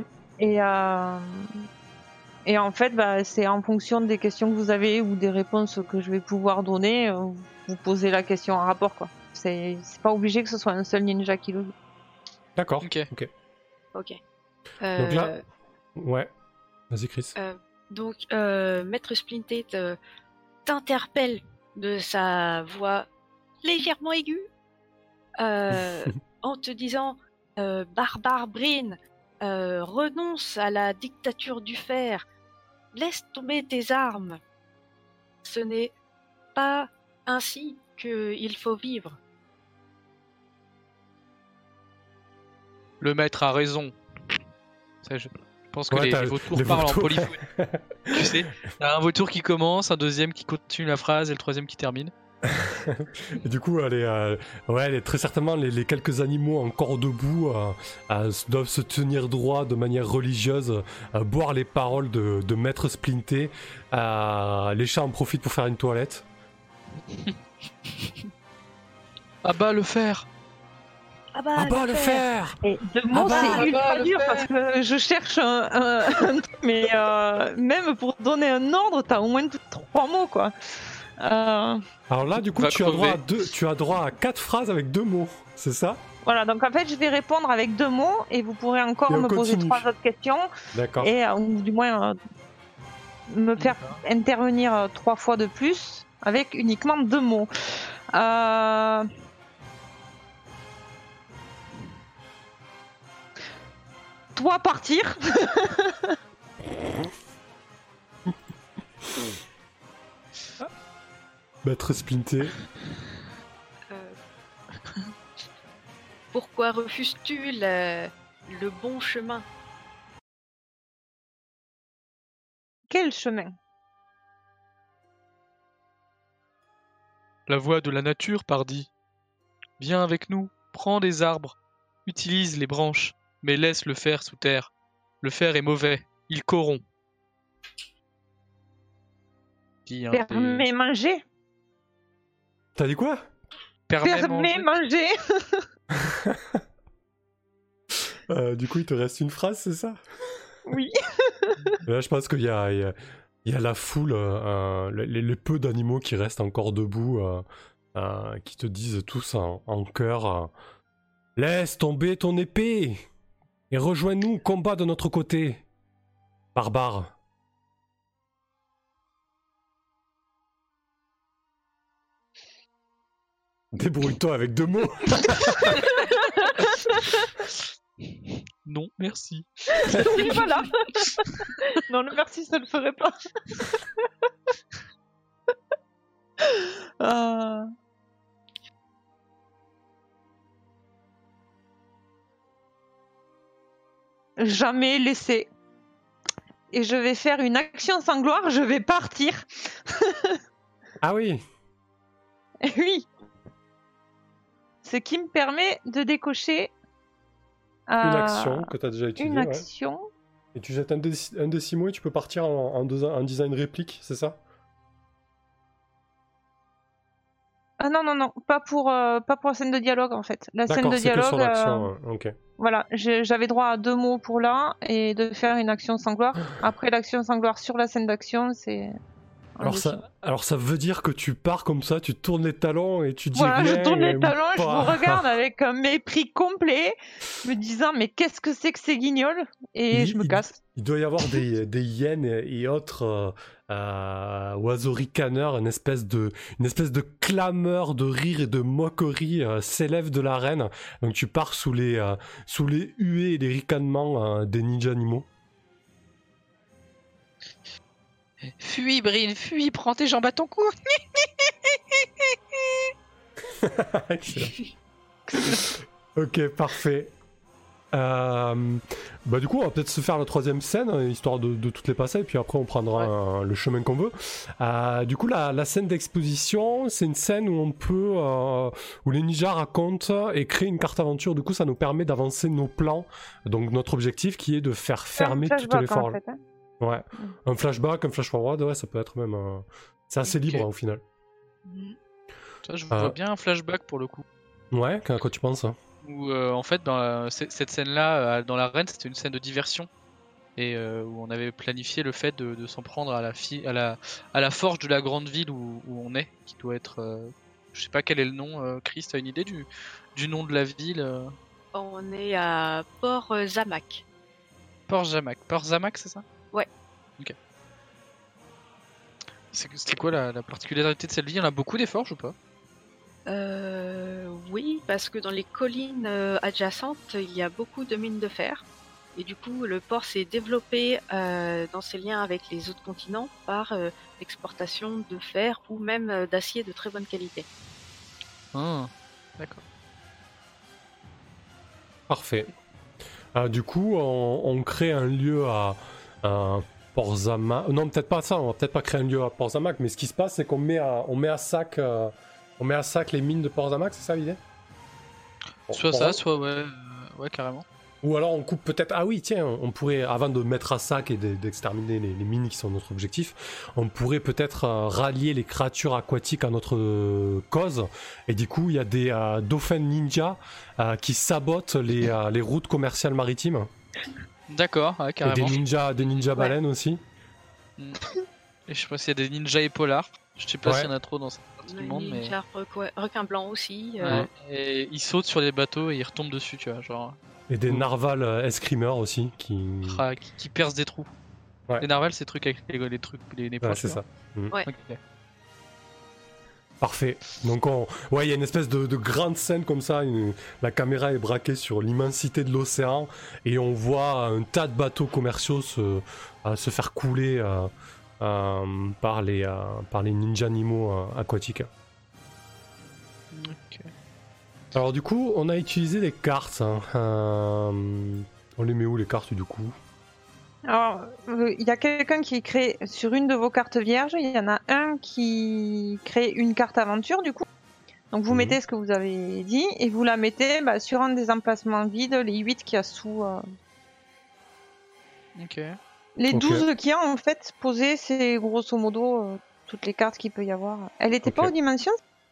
Et en fait, c'est en fonction des questions que vous avez ou des réponses que je vais pouvoir donner, vous posez la question en rapport, quoi. C'est pas obligé que ce soit un seul ninja qui le joue. D'accord. Ok. Ok. Donc là, ouais. Vas-y, Chris. Donc, Maître Splinter t'interpelle de sa voix légèrement aiguë en te disant Barbare Brin, renonce à la dictature du fer, laisse tomber tes armes. Ce n'est pas ainsi qu'il faut vivre. Le maître a raison. Ça, je pense que Ouais, les vautours parlent en polyphone. Tu sais, t'as un vautour qui commence, un deuxième qui continue la phrase et le troisième qui termine. Et du coup, très certainement, les quelques animaux encore debout doivent se tenir droit de manière religieuse, boire les paroles de Maître Splinter. Les chats en profitent pour faire une toilette. Ah bah le fer. le fer. Et de mots, c'est ultra dur parce que je cherche un truc, mais même pour donner un ordre, t'as au moins 3 mots, quoi. Alors là, du coup, tu as droit à 4 phrases avec 2 mots, c'est ça? Voilà, donc en fait, je vais répondre avec 2 mots et vous pourrez encore me poser 3 autres questions. D'accord. Et ou du moins me faire intervenir 3 fois de plus avec uniquement 2 mots. Toi partir. Maître Splinter. Pourquoi refuses-tu le bon chemin? Quel chemin? La voix de la nature, pardi. Viens avec nous, prends des arbres, utilise les branches, mais laisse le fer sous terre. Le fer est mauvais, il corrompt. Permets manger. T'as dit quoi? Permets manger. Du coup, il te reste une phrase, c'est ça? Oui. Là, je pense qu'il y a la foule, les peu d'animaux qui restent encore debout, qui te disent tous en chœur laisse tomber ton épée et rejoins-nous, combat de notre côté, barbare. Débrouille-toi avec 2 mots. Non, merci. Oui, voilà. Non, le merci, ça ne le ferait pas. Jamais laisser. Et je vais faire une action sans gloire, je vais partir. Ah oui. Oui. Ce qui me permet de décocher une action que tu as déjà utilisée. Une action. Et tu jettes un des 6 mots et tu peux partir en design réplique, c'est ça? Ah non, pas pour la scène de dialogue en fait. La scène D'accord, de c'est que dialogue, sur l'action. Ok. voilà, j'avais droit à 2 mots pour là et de faire une action sans gloire. Après l'action sans gloire sur la scène d'action, c'est un des 6 mots. Alors ça veut dire que tu pars comme ça, tu tournes les talons et tu dis Voilà, rien. je tourne les ou talons, je vous pas. regarde avec un mépris complet, me disant mais qu'est-ce que c'est que ces guignols? Et je me casse. Il doit y avoir des hyènes et autres oiseaux ricaneurs, une espèce de clameur de rire et de moquerie s'élève de l'arène. Donc tu pars sous les huées et les ricanements des ninja animaux. Fuis, Brin, fuis, prends tes jambes à ton cou. Excellent. Ok, parfait. Bah du coup on va peut-être se faire la 3e scène histoire de toutes les passer et puis après on prendra le chemin qu'on veut. Du coup la scène d'exposition c'est une scène où on peut où les ninjas racontent et créent une carte aventure. Du coup ça nous permet d'avancer nos plans, donc notre objectif qui est de faire fermer toutes les forges. En fait, hein. Ouais, un flashback, un flash forward, ouais ça peut être même c'est assez libre au final. Ça, je vois bien un flashback pour le coup. Ouais, quand tu penses Où en fait dans cette scène-là dans l'arène c'était une scène de diversion et où on avait planifié le fait de s'en prendre à la forge de la grande ville où on est, qui doit être je sais pas quel est le nom. Chris, t'as une idée du nom de la ville? On est à Port Zamac. Port Zamac, c'est ça? Ouais. Ok. C'était quoi la particularité de cette ville? Il y en a beaucoup des forges ou pas? Oui, parce que dans les collines adjacentes, il y a beaucoup de mines de fer. Et du coup, le port s'est développé dans ses liens avec les autres continents par l'exportation de fer ou même d'acier de très bonne qualité. Ah, d'accord. Parfait. Du coup, on crée un lieu à Port Zamac. Non, peut-être pas ça. On va peut-être pas créer un lieu à Port Zamac. Mais ce qui se passe, c'est qu'on met à sac les mines de Port Zamac. C'est ça l'idée? Soit ça, soit ouais, carrément. Ou alors on coupe peut-être. Ah oui, tiens, on pourrait, avant de mettre à sac et d'exterminer les mines qui sont notre objectif, on pourrait peut-être rallier les créatures aquatiques à notre cause. Et du coup, il y a des dauphins ninja qui sabotent les routes commerciales maritimes. D'accord, ouais, Et carrément. des ninjas baleines aussi. Et je sais pas s'il y a des ninjas épaulards. Je sais pas Ouais. s'il y en a trop dans cette partie du monde, mais. Ninja requin blanc aussi. Ouais. Et ils sautent sur les bateaux et ils retombent dessus, tu vois, genre. Et des narvals escrimeurs aussi qui Qui percent des trous. Ouais. Les narvals, c'est des trucs avec les trucs, les Ouais, poches, c'est tu ça. vois. Ouais. Ok. Parfait. Donc il y a une espèce de grande scène comme ça, la caméra est braquée sur l'immensité de l'océan et on voit un tas de bateaux commerciaux se faire couler par les ninja animaux aquatiques. Ok. Alors du coup, on a utilisé des cartes. On les met où les cartes du coup? Alors, il y a quelqu'un qui crée sur une de vos cartes vierges, il y en a un qui crée une carte aventure du coup. Donc vous mettez ce que vous avez dit et vous la mettez sur un des emplacements vides, les 8 qu'il y a sous. Ok. Les Ok. 12 qu'il y a en fait posées, c'est grosso modo toutes les cartes qu'il peut y avoir. Elle était pas aux dimensions?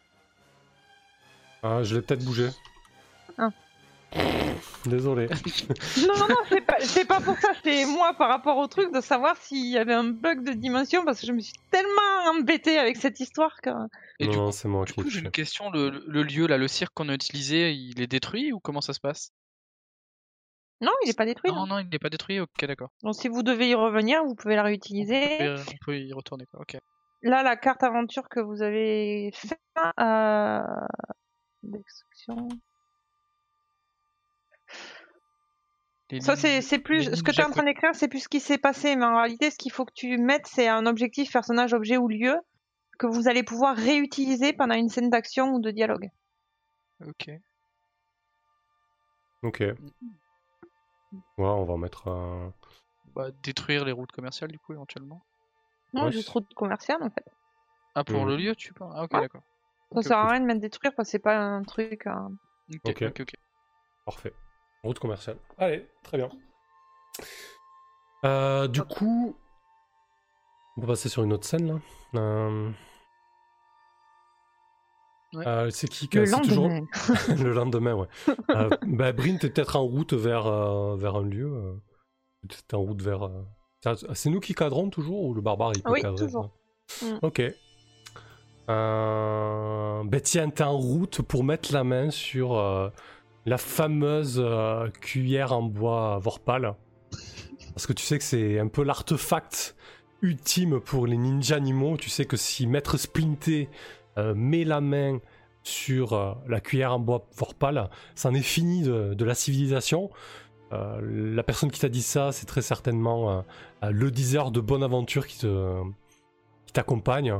Ah, je l'ai peut-être bougé. Ah. Désolé. Non, c'est pas pour ça, c'est moi par rapport au truc de savoir s'il y avait un bug de dimension parce que je me suis tellement embêtée avec cette histoire que. Et Non, c'est moi du qui ai coup, j'ai touché. une question. Le lieu, là, le cirque qu'on a utilisé, il est détruit ou comment ça se passe? Non, il est pas détruit. Non, il n'est pas détruit. Ok, d'accord. Donc si vous devez y revenir, vous pouvez la réutiliser. On peut y retourner, quoi. Ok. Là, la carte aventure que vous avez faite, destruction. Ça, c'est plus ce que tu es en train d'écrire, c'est plus ce qui s'est passé, mais en réalité, ce qu'il faut que tu mettes, c'est un objectif, personnage, objet ou lieu que vous allez pouvoir réutiliser pendant une scène d'action ou de dialogue. Ok. Ok. Ouais, on va mettre Détruire les routes commerciales, du coup, éventuellement. Non, Ouais, juste route commerciale en fait. Ah, pour le lieu, tu penses? Ah, ok, Ouais. d'accord. Ça sert à rien de mettre détruire parce que c'est pas un truc. Ok. Parfait. Route commerciale. Allez, très bien. Du coup, on va passer sur une autre scène là. C'est qui Le c'est toujours... lendemain. Le lendemain, ouais. Bryn, t'es peut-être en route vers un lieu. T'es en route vers. C'est nous qui cadrons toujours ou le barbare il peut Oui, cadrer toujours. ça Ok. Tiens, t'es en route pour mettre la main sur la fameuse cuillère en bois Vorpal. Parce que tu sais que c'est un peu l'artefact ultime pour les ninjas animaux. Tu sais que si Maître Splinter met la main sur la cuillère en bois Vorpal, c'en est fini de la civilisation. La personne qui t'a dit ça, c'est très certainement le diseur de bonne aventure qui t'accompagne.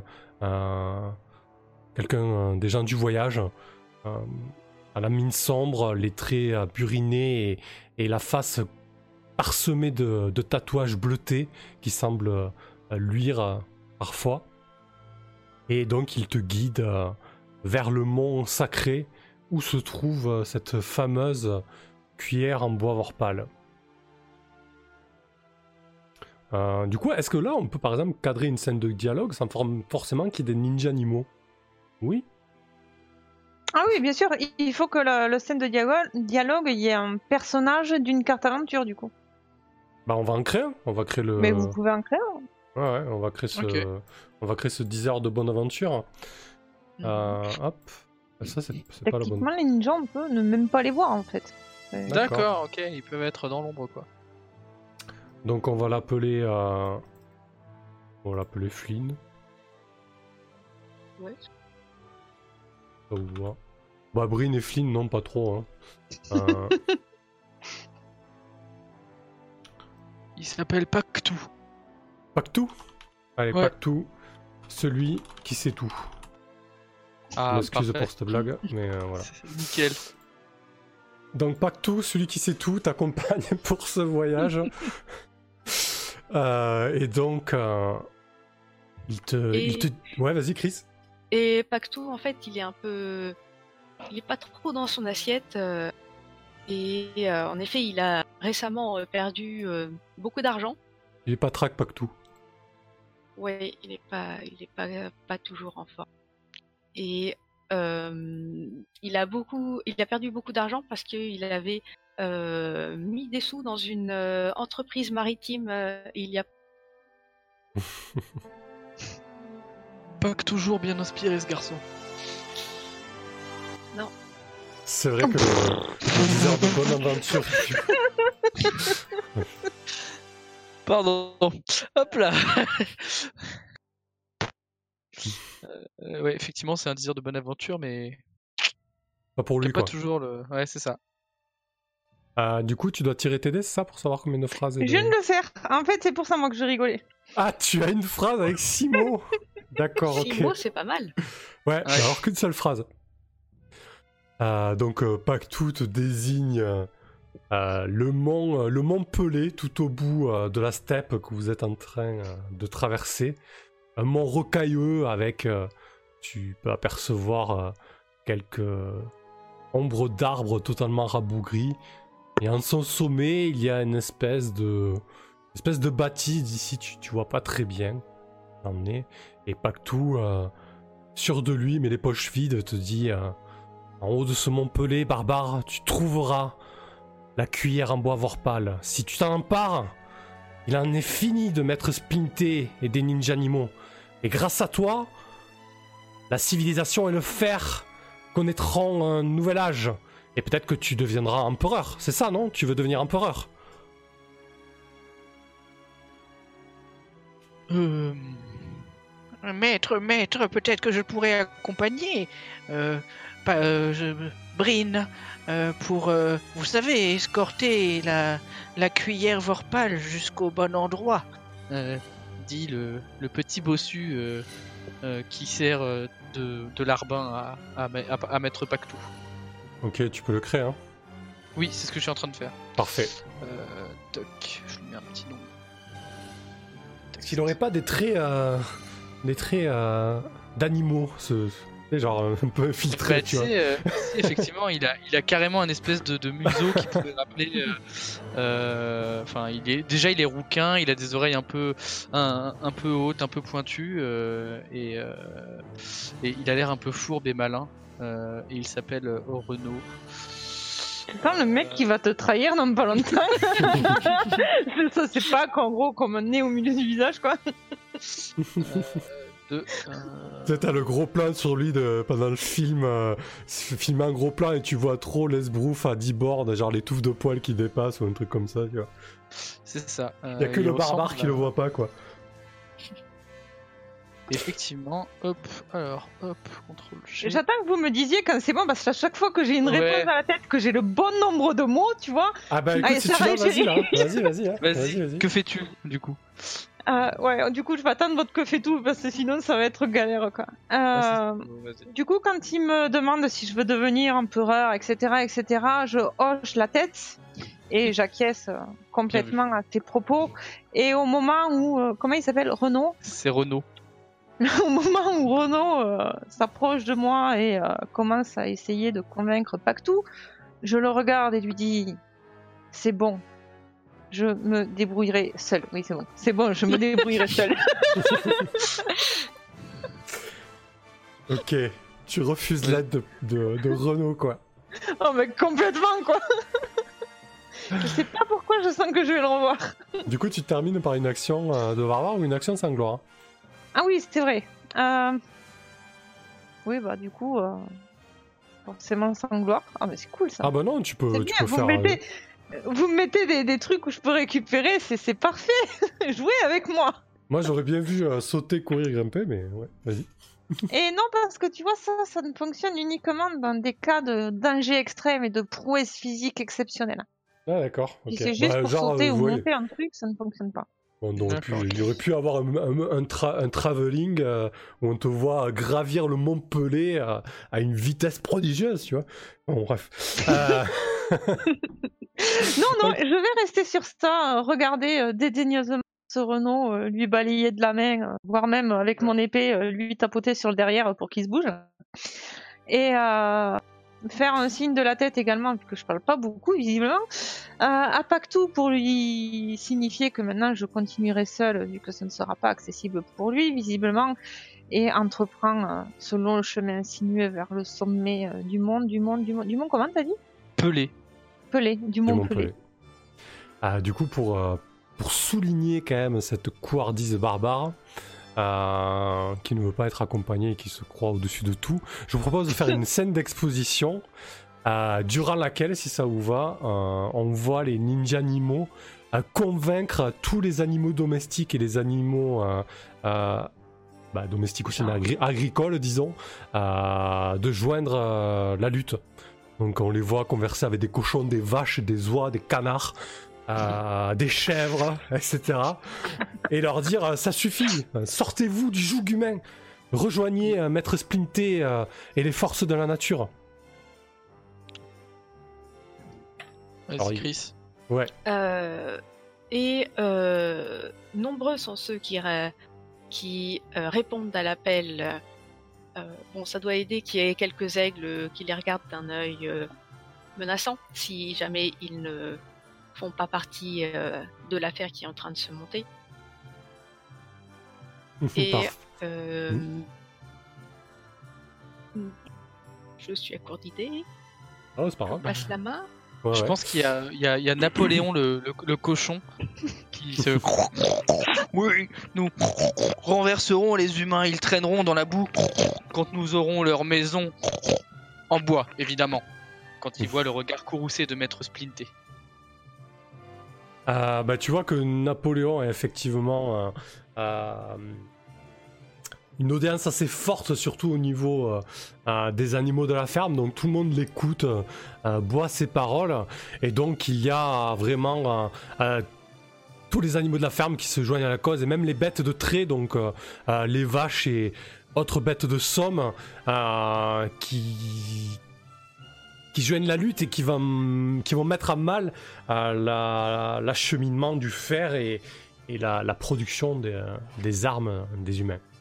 Quelqu'un des gens du voyage. À la mine sombre, les traits burinés et la face parsemée de tatouages bleutés qui semblent luire parfois. Et donc il te guide vers le mont sacré où se trouve cette fameuse cuillère en bois Vorpal. Du coup, est-ce que là on peut par exemple cadrer une scène de dialogue sans forcément qu'il y ait des ninjas animaux? Oui. Ah oui, bien sûr, il faut que le scène de dialogue, il y ait un personnage d'une carte aventure du coup. On va en créer un. On va créer le... Mais vous pouvez en créer un. Ouais, on va créer ce diseur de bonne aventure. Hop. Ça, c'est pas la bonne. Techniquement, les ninjas, on peut ne même pas les voir en fait. D'accord, ok, ils peuvent être dans l'ombre quoi. Donc on va l'appeler Flynn. Ouais. Ça vous voit. Bryn et Flynn, non, pas trop. Il s'appelle Pactou. Pactou. Allez, Ouais. Pactou, celui qui sait tout. Ah, Excuse parfait. pour cette blague, mais voilà. Nickel. Donc Pactou, celui qui sait tout, t'accompagne pour ce voyage. Et donc, il te... Ouais, vas-y, Chris. Et Pactou, en fait, il est pas trop dans son assiette. Et en effet, il a récemment perdu beaucoup d'argent. Il est pas track Pactou. Ouais, il est pas toujours en forme. Et il a perdu beaucoup d'argent parce qu'il avait mis des sous dans une entreprise maritime il y a... Pas que toujours bien inspiré ce garçon. Non. C'est vrai que le diseur de bonne aventure. Pardon. Hop là. Ouais, effectivement, c'est un désir de bonne aventure, mais Pas pour lui, pas quoi. toujours le. Ouais, c'est ça. Du coup, tu dois tirer tes dés, c'est ça, pour savoir combien de phrases. Je viens de le faire. En fait, c'est pour ça moi que je rigolais. Ah, tu as une phrase avec 6 mots. D'accord, ok. 6 mots, c'est pas mal. Ouais, alors qu'une seule phrase. Donc, Pactou te désigne le mont Pelé, tout au bout de la steppe que vous êtes en train de traverser. Un mont rocailleux avec, tu peux apercevoir quelques ombres d'arbres totalement rabougris. Et en son sommet, il y a une espèce de bâtisse d'ici, tu vois pas très bien. Et Pactou, sûr de lui, mais les poches vides, te dit en haut de ce mont Pelé, barbare, tu trouveras la cuillère en bois Vorpal. Si tu t'en empares, il en est fini de Maître Splinter et des ninjas animaux. Et grâce à toi, la civilisation et le fer connaîtront un nouvel âge. Et peut-être que tu deviendras empereur. C'est ça, non? Tu veux devenir empereur? Maître, peut-être que je pourrais accompagner Bryn pour, vous savez, escorter la cuillère Vorpal jusqu'au bon endroit, dit le petit bossu qui sert de larbin à Maître Pactou. Ok, tu peux le créer, hein. Oui, c'est ce que je suis en train de faire. Parfait. Toc, je lui mets un petit nom. Est-ce qu'il n'aurait pas des traits d'animaux, C'est genre un peu infiltré, tu vois. Si, effectivement, il a carrément un espèce de museau qui pourrait rappeler. Enfin, il est rouquin, il a des oreilles un peu hautes, un peu pointues, et il a l'air un peu fourbe et malin. Et il s'appelle Renaud. C'est pas le mec qui va te trahir dans pas longtemps. Ça, c'est pas qu'en gros comme un nez au milieu du visage, quoi. T'as le gros plan sur lui pendant le film, filmer un gros plan et tu vois trop l'esbrouf à 10 bornes, genre les touffes de poils qui dépassent ou un truc comme ça, tu vois. C'est ça. Il y a que le barbare qui le voit pas, quoi. Effectivement, contrôle G. J'attends que vous me disiez quand c'est bon, parce qu'à chaque fois que j'ai une réponse à la tête, que j'ai le bon nombre de mots, tu vois. Ah bah écoute, si tu veux, vas-y là. Vas-y. Vas-y. Que fais-tu, du coup? Ouais, du coup, je vais attendre votre que fait tout, parce que sinon, ça va être galère, quoi. Du coup, quand il me demande si je veux devenir empereur, etc., je hoche la tête et j'acquiesce complètement à ses propos. Et au moment où, comment il s'appelle, Renaud? C'est Renaud. Au moment où Renaud s'approche de moi et commence à essayer de convaincre Pactou, je le regarde et lui dis « C'est bon, je me débrouillerai seul. » Oui, c'est bon. C'est bon, je me débrouillerai seul. Ok, tu refuses l'aide de Renaud, quoi. Oh, mais complètement, quoi. Je sais pas pourquoi je sens que je vais le revoir. Du coup, tu termines par une action de barbare ou une action sans gloire? Ah oui, c'était vrai. Oui, bah du coup, forcément sans gloire. Ah mais c'est cool ça. Ah bah non, tu peux bien, faire... Vous me mettez des trucs où je peux récupérer, c'est parfait. Jouez avec moi. Moi j'aurais bien vu sauter, courir, grimper, mais ouais, vas-y. Et non, parce que tu vois, ça ne fonctionne uniquement dans des cas de danger extrême et de prouesse physique exceptionnelle. Ah d'accord, ok. Si c'est juste pour sauter ou ouais. monter un truc, ça ne fonctionne pas. Bon, il aurait pu avoir un travelling où on te voit gravir le mont Pelé à une vitesse prodigieuse, tu vois. Bon, bref. Non, je vais rester sur ça, regarder dédaigneusement ce Renaud, lui balayer de la main, voire même avec mon épée, lui tapoter sur le derrière pour qu'il se bouge. Et faire un signe de la tête également, puisque je parle pas beaucoup visiblement, à Pactou pour lui signifier que maintenant je continuerai seul, vu que ce ne sera pas accessible pour lui visiblement, et entreprend ce long chemin sinueux vers le sommet du mont, comment t'as dit? Pelé, du mont Pelé. Du coup, pour souligner quand même cette couardise barbare, qui ne veut pas être accompagné et qui se croit au-dessus de tout, je vous propose de faire une scène d'exposition durant laquelle, si ça vous va, on voit les ninjas Nimo convaincre tous les animaux domestiques et les animaux domestiques aussi, mais agricoles, disons, de joindre la lutte. Donc on les voit converser avec des cochons, des vaches, des oies, des canards, des chèvres, etc. Et leur dire ça suffit, sortez-vous du joug humain, rejoignez Maître Splinté et les forces de la nature. Vas-y, Chris. Ouais. Nombreux sont ceux qui répondent à l'appel. Bon, ça doit aider qu'il y ait quelques aigles qui les regardent d'un œil menaçant, si jamais ils ne font pas partie de l'affaire qui est en train de se monter. Et je suis à court d'idées. Oh, c'est pas grave. On passe la main. Je pense qu'il y a Napoléon le cochon qui se... Oui, nous renverserons les humains, ils traîneront dans la boue quand nous aurons leur maison en bois, évidemment. Quand ils voient le regard courroucé de Maître Splinté. Tu vois que Napoléon a effectivement une audience assez forte, surtout au niveau des animaux de la ferme, donc tout le monde l'écoute, boit ses paroles, et donc il y a vraiment tous les animaux de la ferme qui se joignent à la cause, et même les bêtes de trait, donc les vaches et autres bêtes de somme qui joignent la lutte et qui vont mettre à mal l'acheminement du fer et la production des armes des humains.